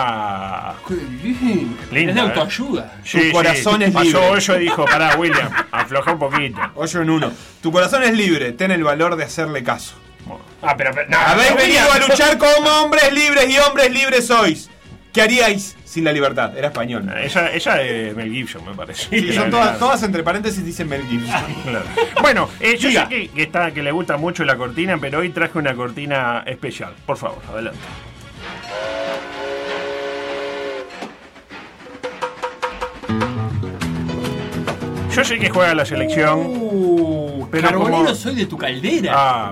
Es de autoayuda. Tu corazón es libre. Pasó Hoyo y dijo, pará, William, afloja un poquito. Hoyo en uno. Tu corazón es libre, ten el valor de hacerle caso. Pero no, Habéis venido William. a luchar como hombres libres y hombres libres sois. ¿Qué haríais sin la libertad? Era español. Ella es Mel Gibson, me parece. Sí, son todas entre paréntesis dicen Mel Gibson. Claro. Bueno, yo Diga. sé que le gusta mucho la cortina, pero hoy traje una cortina especial. Por favor, adelante. Yo sé que juega la selección, pero Carbonero, como... soy de tu caldera.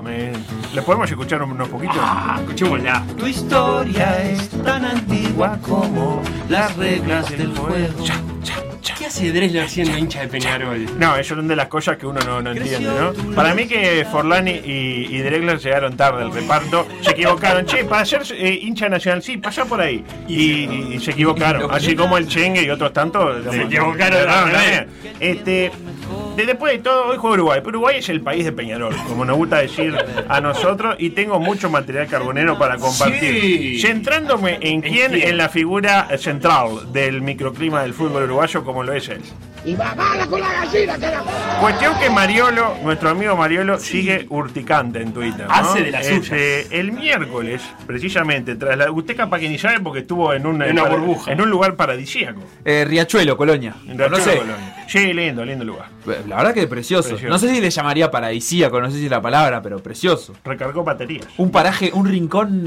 ¿Le podemos escuchar unos poquitos? Escuchémosla. Tu historia es tan antigua como las reglas del juego. ¿Qué hace Drexler siendo hincha de Peñarol? No, eso son de las cosas que uno no entiende, ¿no? Para mí que Forlán y Drexler llegaron tarde al reparto, se equivocaron. Che, para ser hincha nacional, sí, pasa por ahí. Y se equivocaron, así como el Chengue y otros tantos. Se equivocaron también. Después de todo, hoy juega Uruguay. Pero Uruguay es el país de Peñarol, como nos gusta decir a nosotros, y tengo mucho material carbonero para compartir. Sí. Centrándome en quién, en la figura central del microclima del fútbol uruguayo, como lo es él. Y babala con la gallina que era. Cuestión que Mariolo, nuestro amigo Mariolo, sigue urticante en Twitter, ¿no? Hace de las suyas. El miércoles, precisamente, usted capaz que ni sabe porque estuvo en una burbuja. en un lugar paradisíaco. Riachuelo, Colonia. En ¿Conoce? Riachuelo, Colonia. Sí, lindo lugar. La verdad que es precioso. No sé si le llamaría paradisíaco, no sé si es la palabra, pero precioso. Recargó baterías. Un paraje, un rincón,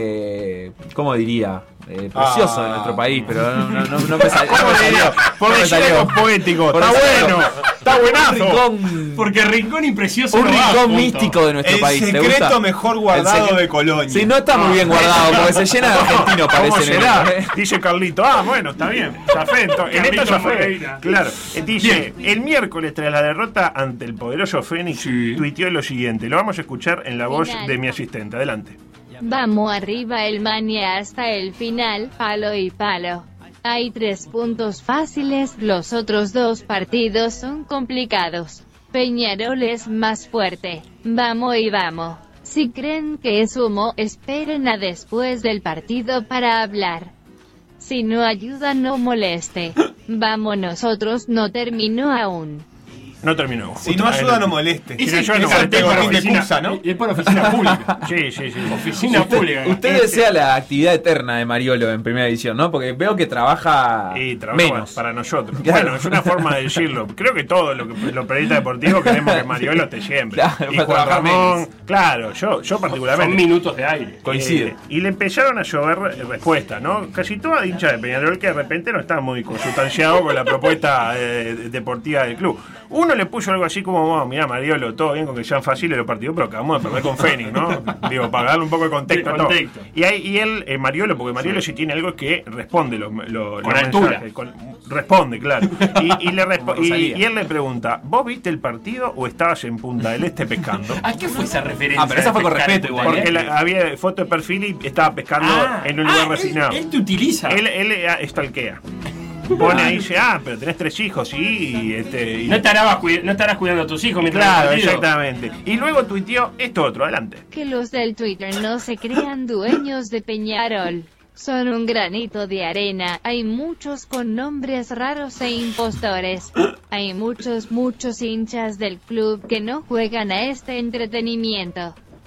¿cómo diría? Precioso de nuestro país, pero no me salió. ¿Cómo diría? Por decirlo poético. Está bueno. Está buenazo. Porque rincón y precioso. Un no va, rincón punto. místico de nuestro país. El ¿te gusta? secreto mejor guardado de Colonia. Sí, no está muy bien guardado, porque se llena de argentinos, ¿Cómo parece. será? Dice Carlito. Bueno, está bien. Zafé. En esto zafé. Moreira. Claro. Dice, el miércoles tras la derrota ante el poderoso Fénix, tuiteó lo siguiente. Lo vamos a escuchar en la voz de mi asistente. Adelante. Vamos arriba el Mania hasta el final, palo y palo. Hay 3 puntos fáciles, los otros 2 partidos son complicados. Peñarol es más fuerte. Vamos y vamos. Si creen que es humo, esperen a después del partido para hablar. Si no ayuda, no moleste. Vamos, nosotros no terminó aún. No terminó. Si no ayuda, no moleste. Si no ayuda, no Ese moleste. es el excusa, ¿no? Es para oficina pública. Sí. Oficina pública. Usted desea la actividad eterna de Mariolo en primera edición, ¿no? Porque veo que trabaja, menos. Para nosotros. Claro. Bueno, es una forma de decirlo. Creo que todos los periodistas deportivos queremos que Mariolo esté siempre. Claro, y para Juan trabajar Ramón, menos. claro, yo particularmente. Son minutos de aire. Coincide. Y le empezaron a llover respuestas, ¿no? Casi toda hincha de Peñarol que de repente no está muy consustanciado con la propuesta deportiva del club. Uno le puso algo así como, mirá, Mariolo, todo bien con que sean fáciles los partidos, pero acabamos de perder con Fénix, ¿no? Digo, para darle un poco de contexto a todo. Y él, Mariolo, porque Mariolo sí tiene algo que responde los altura. mensajes. Responde, claro. Y él le pregunta, ¿vos viste el partido o estabas en Punta del Este pescando? ¿A qué fue esa referencia? Pero esa fue con respeto igual. Porque había foto de perfil y estaba pescando en un lugar resignado. Él te utiliza. Él stalkea. Pone ahí, dice, pero tenés 3 hijos, sí. No estarás cuidando a tus hijos mientras Claro, el partido. exactamente. Y luego tuiteó esto otro, adelante. Que los del Twitter no se crean dueños de Peñarol. Son un granito de arena. Hay muchos con nombres raros e impostores. Hay muchos hinchas del club que no juegan a este entretenimiento.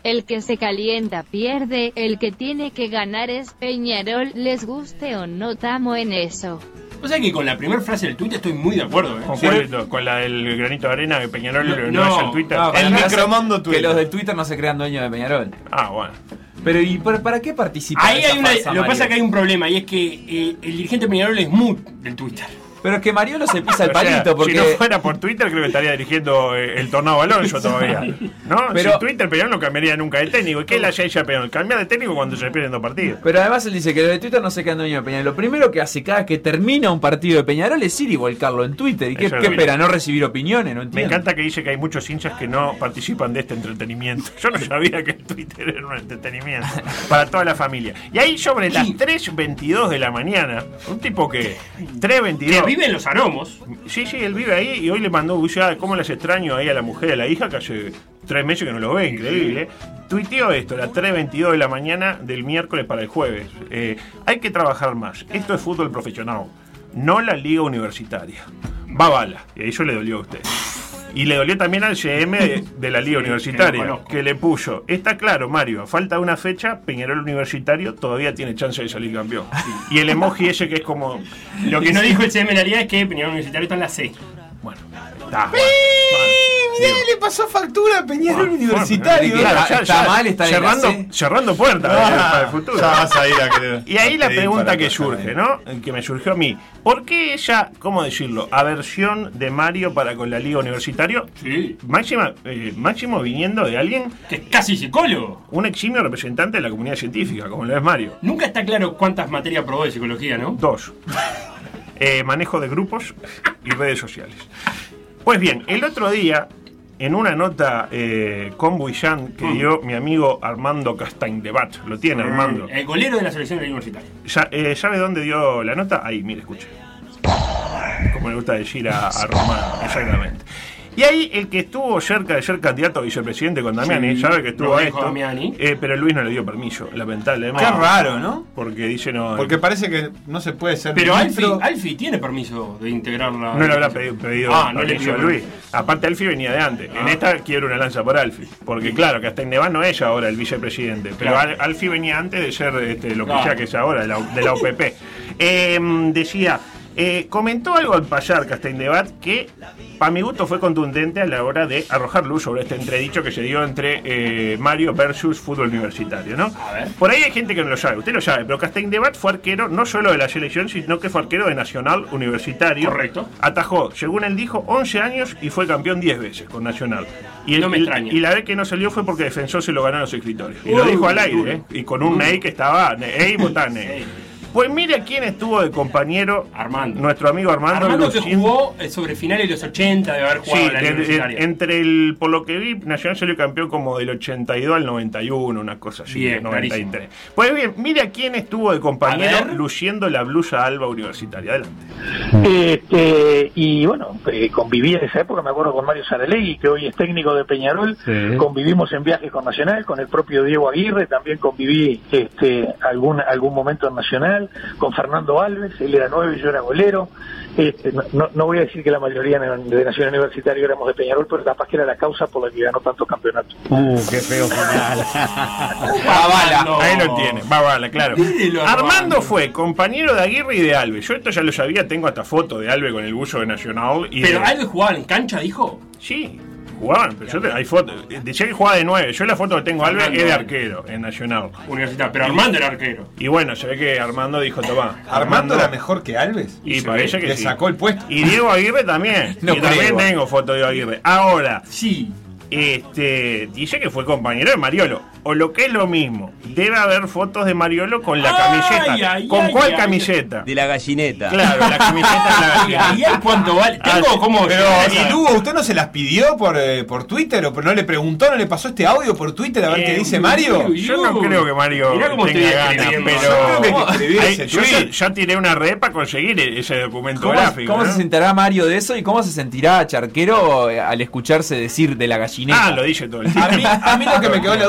El que se calienta pierde, el que tiene que ganar es Peñarol, les guste o no, tamo en eso. O sea que con la primera frase del Twitter estoy muy de acuerdo, ¿eh? ¿Con cuál? ¿Con la del granito de arena que Peñarol no es el Twitter? No, El micromundo que Twitter. los del Twitter no se crean dueños de Peñarol. Ah, bueno. Pero ¿y para qué participa? Ahí esa hay una. farsa, Lo que pasa Mario? es que hay un problema y es que el dirigente Peñarol es mood del Twitter. Pero es que Mariolo se pisa el O sea, palito porque... Si no fuera por Twitter, creo que estaría dirigiendo el Tornado Balón yo todavía. ¿No? Pero- Si Twitter, Peñarol no cambiaría nunca de técnico. ¿Y qué le haya hecho a Peñarol? Cambiar de técnico cuando se pierden 2 partidos. Pero además él dice que los de Twitter no se quedan dueños de Peñarol. Lo primero que hace cada que termina un partido de Peñarol es ir y volcarlo en Twitter. ¿Y qué Eso es espera? verdad. ¿No recibir opiniones? No Me entiendo. encanta que dice que hay muchos hinchas que no participan de este entretenimiento. Yo no sabía que Twitter era un entretenimiento para toda la familia. Y ahí sobre las 3:22 de la mañana, un tipo que 3:22... Que vive en los aromos. Sí, él vive ahí y hoy le mandó ya cómo les extraño ahí a la mujer y a la hija que hace 3 meses que no lo ve, increíble. Tuiteó esto, las 3:22 de la mañana del miércoles para el jueves. Hay que trabajar más. Esto es fútbol profesional, no la liga universitaria. Va bala. Y a eso le dolió a usted. Y le dolió también al GM de la liga universitaria, que le puso, está claro, Mario, a falta de una fecha, Peñarol Universitario todavía tiene chance de salir campeón. Y el emoji ese que es como... Lo que no dijo el CM en realidad es que Peñarol Universitario está en la C. Está, Mirá, le pasó factura a Peñarol Universitario. cerrando puertas para el futuro. Ya vas a ir a Y ahí la pedir pregunta para que atrás surge, ¿no? Que me surgió a mí. ¿Por qué ella, cómo decirlo, aversión de Mario para con la Liga Universitario? Sí. Máximo viniendo de alguien que es casi psicólogo. Un eximio representante de la comunidad científica, como lo es Mario. Nunca está claro cuántas materias probó de psicología, ¿no? 2. Manejo de grupos y redes sociales. Pues bien, el otro día, en una nota con Buillán que dio mi amigo Armando Castaindebat, lo tiene Armando. El golero de la selección de la universitaria. ¿Sabe dónde dio la nota? Ahí, mire, escuche. Como le gusta decir a Román, exactamente. Y ahí el que estuvo cerca de ser candidato a vicepresidente con Damiani, Sí, sabe que estuvo lo a dijo esto, Damiani. pero Luis no le dio permiso, lamentablemente. Qué raro, ¿no? Porque dice no... Porque parece que no se puede ser Pero ministro. Alfi tiene permiso de integrar la... No le habrá pedido no le permiso pidió a Luis. Aparte, Alfi venía de antes. En esta quiero una lanza por Alfi. Porque claro, Castaindebat no es ahora el vicepresidente. Pero Claro. Alfi venía antes de ser lo que Claro. sea que es ahora, de la OPP. Decía... comentó algo al pasar Castaindebat que para mi gusto fue contundente a la hora de arrojar luz sobre este entredicho que se dio entre Mario versus fútbol universitario, ¿no? Por ahí hay gente que no lo sabe, usted lo sabe, pero Castaindebat fue arquero no solo de la selección, sino que fue arquero de Nacional Universitario. Correcto. Atajó, según él dijo, 11 años y fue campeón 10 veces con Nacional. Y No me extraña. Y la vez que no salió fue porque Defensor se lo ganó a los escritores. Y lo dijo al aire, y con un Ney que estaba, votá Ney. Pues mira quién estuvo de compañero, nuestro amigo Armando Armando que luciendo- jugó sobre finales de los 80 de haber jugado Sí, en la universitaria. por lo que vi, Nacional salió campeón como del 82 al 91, una cosa así, Bien, 93. Pues bien, mira quién estuvo de A compañero ver. luciendo la blusa alba universitaria. Adelante. Y bueno, conviví en esa época, me acuerdo con Mario Saralegui, que hoy es técnico de Peñarol, convivimos en viajes con Nacional, con el propio Diego Aguirre, también conviví algún momento en Nacional, con Fernando Alves, él era 9 y yo era golero. No voy a decir que la mayoría de Nacional Universitario éramos de Peñarol, pero capaz que era la causa por la que ganó tantos campeonatos. Qué feo final. Ahí lo tiene, Babala, claro. Dilo, Armando fue compañero de Aguirre y de Alves. Yo esto ya lo sabía, tengo hasta foto de Alves con el buzo de Nacional. Y Pero de... Alves jugaba en cancha, dijo. Sí, jugaban, pero hay fotos. Decía que jugaba de 9. Yo la foto que tengo de Alves es de arquero en Nacional. Universitario, pero Armando era arquero. Y bueno, se ve que Armando dijo, tomá. ¿Armando era mejor que Alves? Y parece que le sí. sacó el puesto. Y Diego Aguirre también. No y también creo. tengo foto de Diego Aguirre. Ahora, sí. Dice que fue compañero de Mariolo. O lo que es lo mismo, debe haber fotos de Mariolo con la Ay, camiseta. ay, ¿Con ay, cuál ay. camiseta? De la gallineta. Claro, la camiseta de la gallineta. ¿Y él cuánto vale? Tengo como... Pero, ¿y Lugo, usted no se las pidió por Twitter? ¿O no le preguntó, no le pasó este audio por Twitter a ver qué dice Mario? Yo no creo que Mario Mirá cómo tenga estoy ganas, escribiendo. pero Yo creo que escribir Ay, ese yo tweet. ya tiré una red para conseguir ese documento gráfico. ¿Cómo ¿no? se sentirá Mario de eso y cómo se sentirá Charquero al escucharse decir de la gallineta? Ah, lo dice todo el tiempo. A mí lo que me quedó la duda es que capaz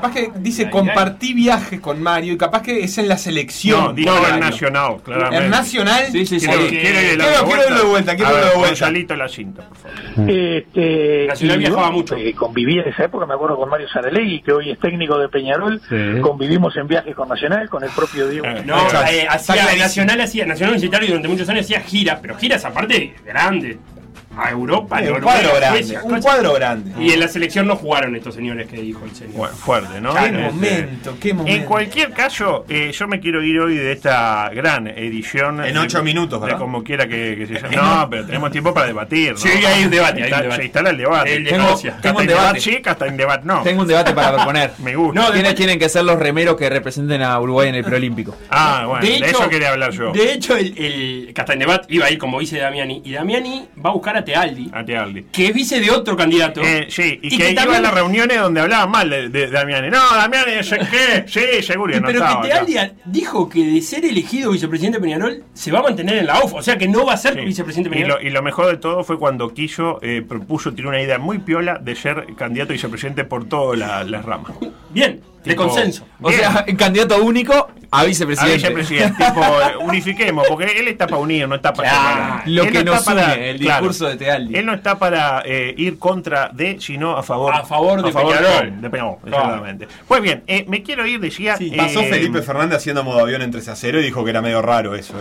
capaz que dice compartí viaje con Mario y capaz que es en la selección. No, dijo en Nacional, claramente. ¿En Nacional? Sí. Quiero irlo de vuelta. Gonzalito la cinta, por favor. Nacional viajaba mucho. Conviví en esa época, me acuerdo, con Mario Saralegui, que hoy es técnico de Peñarol. Convivimos en viajes con Nacional, con el propio Diego. Nacional Universitario durante muchos años hacía giras, pero giras aparte grandes. A Europa, un cuadro grande. Y en la selección no jugaron estos señores que dijo el señor. Bueno, fuerte, ¿no? Qué momento. En cualquier caso, yo me quiero ir hoy de esta gran edición. En 8 minutos, ¿verdad? De como quiera que se llame. No, pero tenemos tiempo para debatir, ¿no? Sí, hay un debate. Se instala el debate. Tengo un debate. Sí, hasta en debate no. Tengo un debate para proponer. Me gusta. ¿Quiénes tienen que ser los remeros que representen a Uruguay en el preolímpico? Bueno, de eso quería hablar yo. De hecho, el Castañebat iba a ir como vice de Damiani. Y Damiani va a buscar a Tealdi. Que es vice de otro candidato. Sí, y que iba a las reuniones donde hablaban mal de Damiani. No, Damiani, ¿qué? Sí, seguro. Pero que Tealdi dijo que de ser elegido vicepresidente de Peñarol se va a mantener en la UF. O sea que no va a ser vicepresidente de Peñarol. Y lo mejor de todo fue cuando Quillo tiene una idea muy piola de ser candidato a vicepresidente por todas las ramas. Bien. De consenso. O sea, candidato único a vicepresidente. A vicepresidente. Unifiquemos, porque él está para unir, no está para separar. Lo que nos une, el discurso de Tealdi. Él no está para ir contra sino a favor. A favor de Peñarol. De Peñarol, exactamente. Pues bien, me quiero ir, decía. Pasó Felipe Fernández haciendo modo avión en 3-0 y dijo que era medio raro eso,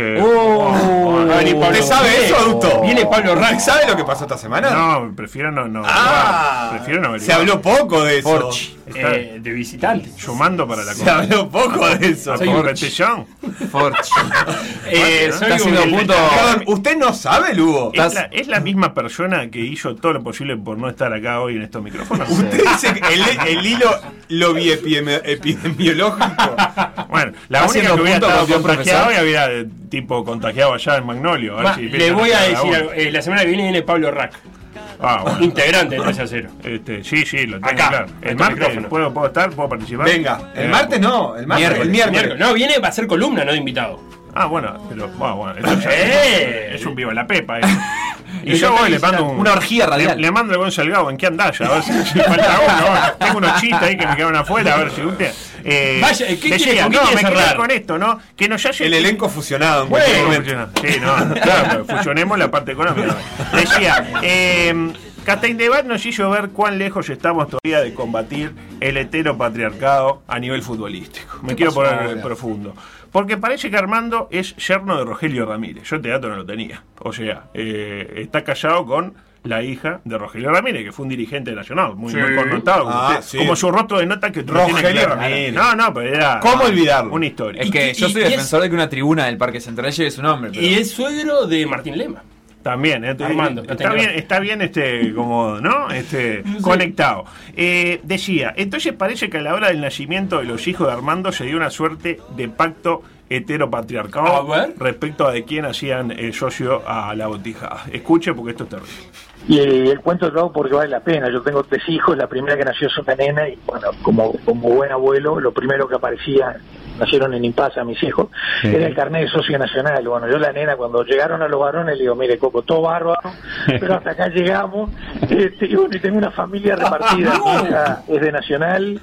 ¿Usted sabe eso, adulto? Viene Pablo Rack. ¿Sabe lo que pasó esta semana? No, prefiero no. Prefiero no. Se habló poco de eso. De visitante. Sumando para la Se habló poco de eso. Soy un petillón. Está haciendo punto. ¿Usted no sabe, Lugo? Es la misma persona que hizo todo lo posible por no estar acá hoy en estos micrófonos. Usted dice que el hilo lo vi epidemiológico. Bueno, la única que hubiera estado contagiado y había tipo contagiado allá en Magnolio. Le voy a decir, la semana que viene Pablo Rack. Integrante de 3-0. Sí, lo tengo claro. El martes puedo estar, puedo participar. Venga, el martes no, el miércoles. No, viene va a ser columna, no de invitado. Bueno, es un vivo la pepa. Y yo voy, le mando una orgía radial. Le mando el buen Salgado, ¿en qué andás? A ver si falta uno. Tengo unos chistes ahí que me quedaron afuera, a ver si usted. Vaya, ¿qué quiere me quedé con esto, ¿no? Que nos haya el elenco fusionado. Sí, claro, fusionemos la parte económica. Decía, Castañebat nos hizo ver cuán lejos estamos todavía de combatir el heteropatriarcado a nivel futbolístico. Me quiero poner profundo. Porque parece que Armando es yerno de Rogelio Ramírez. Yo este dato no lo tenía. O sea, está casado con la hija de Rogelio Ramírez, que fue un dirigente nacional, muy connotado. Como su rostro denota que Rogelio Ramírez. No, pero era. ¿Cómo olvidarlo? Una historia. Es que yo soy defensor de que una tribuna del Parque Central lleve su nombre. Y es suegro de Martín Lema. También, Armando, está bien como, ¿no? Conectado. Decía, entonces parece que a la hora del nacimiento de los hijos de Armando se dio una suerte de pacto heteropatriarcado respecto a de quién hacían socio a la botija. Escuche porque esto es terrible. Y el cuento lo hago porque vale la pena. Yo tengo 3 hijos, la primera que nació es una nena y bueno, como buen abuelo, lo primero que aparecía, nacieron en Impasa mis hijos, era el carnet de socio nacional. Bueno, yo la nena cuando llegaron a los varones le digo, mire Coco, todo bárbaro, pero hasta acá llegamos, y bueno, y tengo una familia repartida. Mi hija es de Nacional,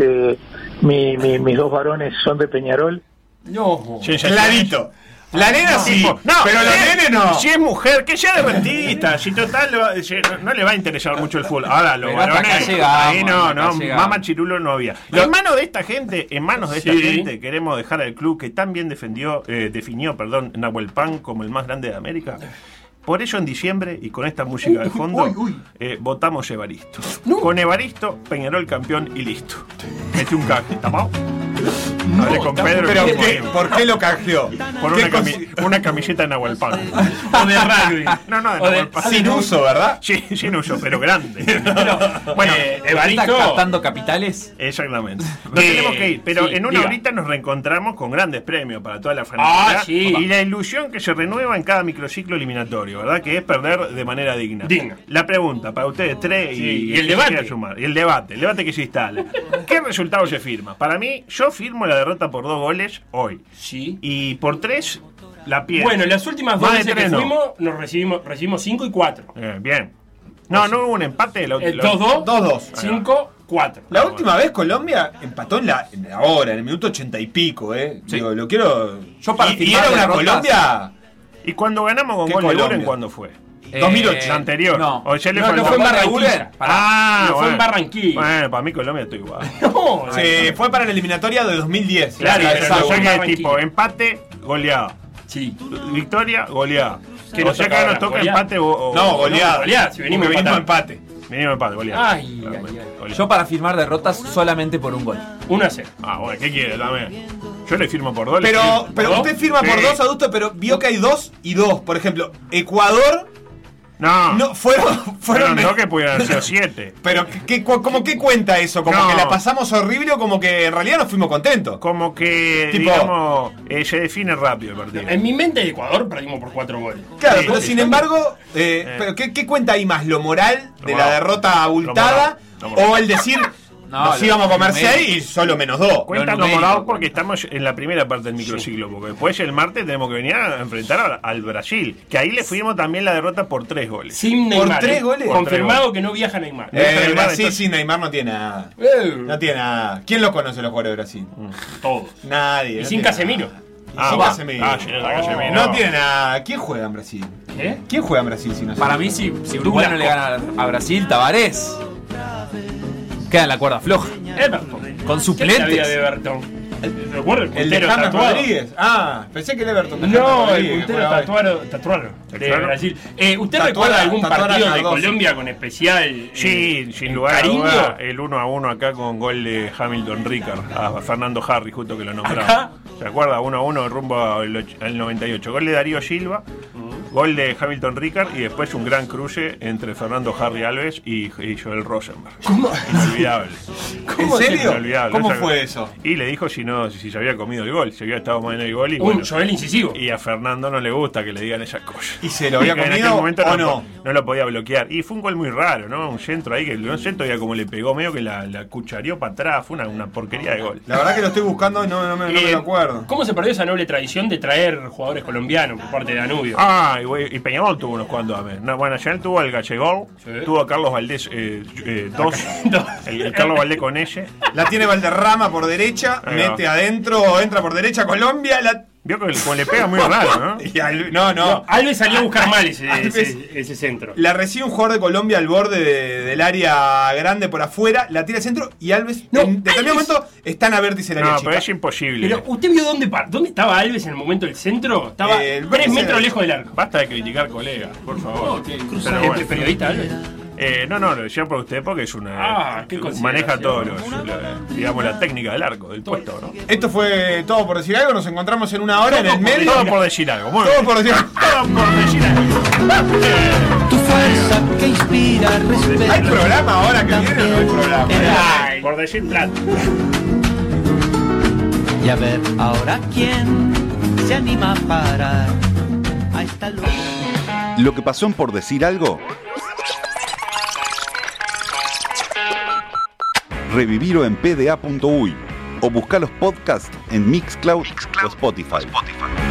mis 2 varones son de Peñarol. No, clarito. La nena sí, pero la nene no. Si es mujer, que sea adventista. Si total no le va a interesar mucho el fútbol. Ahora, los varones. Ahí no. Mama Chirulo no había. En manos de esta gente, queremos dejar al club que tan bien definió Nahuel Pan como el más grande de América. Por eso en diciembre, y con esta música de fondo, votamos Evaristo. Con Evaristo, Peñarol campeón y listo. Metí un canje, ¿tamao? Hablé con Pedro. ¿Pero por qué lo canjeó? Por una camiseta de Nahuel Pan. O de rugby. No, de Nahuel Pan. Sin uso, ¿verdad? Sí, sin uso, pero grande. Bueno, Evaristo. ¿Está captando capitales? Exactamente. Nos tenemos que ir, pero en una horita nos reencontramos con grandes premios para toda la franquicia. Y la ilusión que se renueva en cada microciclo eliminatorio, ¿verdad? Que es perder de manera digna. La pregunta para ustedes 3 y el debate. Y el debate que se instala. ¿Qué resultado se firma? Para mí, yo firmo la derrota por 2 goles hoy. Sí. Y por 3 la pierdo. Bueno, las últimas 2 veces que fuimos, nos recibimos 5 y 4. Bien. No hubo un empate. 2-2. 5-4. 4. La última vez Colombia empató en la hora, en el minuto 80 y pico, Sí. Digo, lo quiero. Yo para y era una derrotas, Colombia. ¿Y cuando ganamos con ¿Qué gol de Colombia? Guren, cuándo fue? 2008. La anterior. No. O ya le No, faltó- no fue en ¿Gol de Barranquilla. Guren? No, fue en Barranquilla. Bueno, para mí Colombia estoy igual. No, Sí, fue para la eliminatoria de 2010. Claro, Pero exacto. o sea que Barranquilla. tipo empate, goleada. Sí. Victoria, goleada. ¿Qué O nos sea que toca ahora ahora? nos toca ¿Goleada? empate o No, goleada. goleada, si venimos Porque empatados. empate. Venimos empate, goleada. Ay, Claramente, ay, ay. goleada. Yo para firmar derrotas solamente por un gol. 1-0. Ah, bueno, ¿qué quiere también? Yo le firmo por 2. Pero usted firma por 2 adultos, pero vio que hay 2 y 2. Por ejemplo, Ecuador. No, fueron no que pudieran haber sido 7. Pero, ¿cómo qué cuenta eso? ¿Como No. que la pasamos horrible o como que en realidad nos fuimos contentos? Como que, Tipo- digamos, se define rápido el partido. En mi mente de Ecuador perdimos por 4 goles. Claro, Sí, pero sí, sin sí. embargo, pero ¿qué cuenta ahí más? ¿Lo moral de Lo la moral. derrota abultada? Lo moral. ¿O el decir, nos lo- íbamos a comer lo 6 y solo menos 2? Cuenta Lo como numérico, dado porque estamos en la primera parte del microciclo, porque después el martes tenemos que venir a enfrentar al Brasil, que ahí le fuimos también la derrota por 3 goles. Sin Neymar. ¿Por 3 goles? Confirmado que no viaja Neymar. Brasil entonces- sin Neymar no tiene nada. No tiene nada. ¿Quién los conoce los jugadores de Brasil? Todos. Nadie. Y no sin tiene Casemiro. nada. Ah, Sin va. Casemiro. Ah, llegó la Casemiro. No tiene nada. ¿Quién juega en Brasil? ¿Qué? ¿Quién juega en Brasil si no Para mí, si Uruguay no le gana a Brasil, Tabarés queda en la cuerda floja. Everton. Con ¿Qué suplentes. sabía de Everton? ¿Recuerda el El de puntero James tatuado? Rodríguez. Ah, pensé que el Everton. de No, James el Rodríguez, puntero jugaba ahí. tatuado de ¿Tatuado? Brasil. ¿Usted Tatuada- recuerda algún tatuada partido de Cardoso. Colombia con especial Sí, sin lugar a cariño? duda, el 1-1 acá con gol de Hamilton Ricard a Fernando Harry, justo que lo nombraba. ¿Acá? ¿Se acuerda? 1-1 rumbo al 98. Gol de Darío Silva, gol de Hamilton Ricard y después un gran cruce entre Fernando Harry Alves y Joel Rosenberg. ¿Cómo? Inolvidable. ¿En serio? Inolvidable. ¿Cómo Esa- fue eso? Y le dijo si se había comido el gol, si había estado mal en el gol. Y Un bueno, Joel incisivo. y a Fernando no le gusta que le digan esas cosas. ¿Y se lo había En aquel comido momento o no? no lo podía bloquear. Y fue un gol muy raro, ¿no? Un centro ahí que no sé todavía como le pegó medio que la cuchareó para atrás. Fue una porquería de gol. La verdad que lo estoy buscando y no me lo acuerdo. ¿Cómo se perdió esa noble tradición de traer jugadores colombianos por parte de Danubio? Ah, y Peñarol tuvo unos cuantos también. No, bueno, Nacional tuvo al Gallego, tuvo a Carlos Valdés 2, el Carlos Valdés con ella. La tiene Valderrama por derecha, Ahí va. mete adentro, entra por derecha Colombia. Vio que como le pega muy raro, ¿no? Y no. Alves salió a buscar mal ese Alves- centro. La recibe un jugador de Colombia al borde del área grande por afuera, la tira al centro y Alves en determinado momento está en la vértice del área No, chica. pero es imposible. Pero ¿usted vio dónde estaba Alves en el momento del centro? Estaba 3 metros lejos del arco. Basta de criticar colegas, por favor. ¿Es periodista Alves? No, lo decía por usted porque es una. qué maneja consideración. todos digamos, la técnica del arco, del puesto, ¿no? Esto fue todo por decir algo, nos encontramos en una hora en el medio. Todo por decir algo. Muy Todo bien. por decir Todo por decir algo. Tu fuerza que inspira respeto. ¿Hay programa ahora que viene o no hay programa? Ay, por decir plata. Y a ver, ahora quién se anima a parar a esta luz. Lo que pasó en Por Decir Algo. Revivirlo en pda.uy o buscar los podcasts en Mixcloud o Spotify.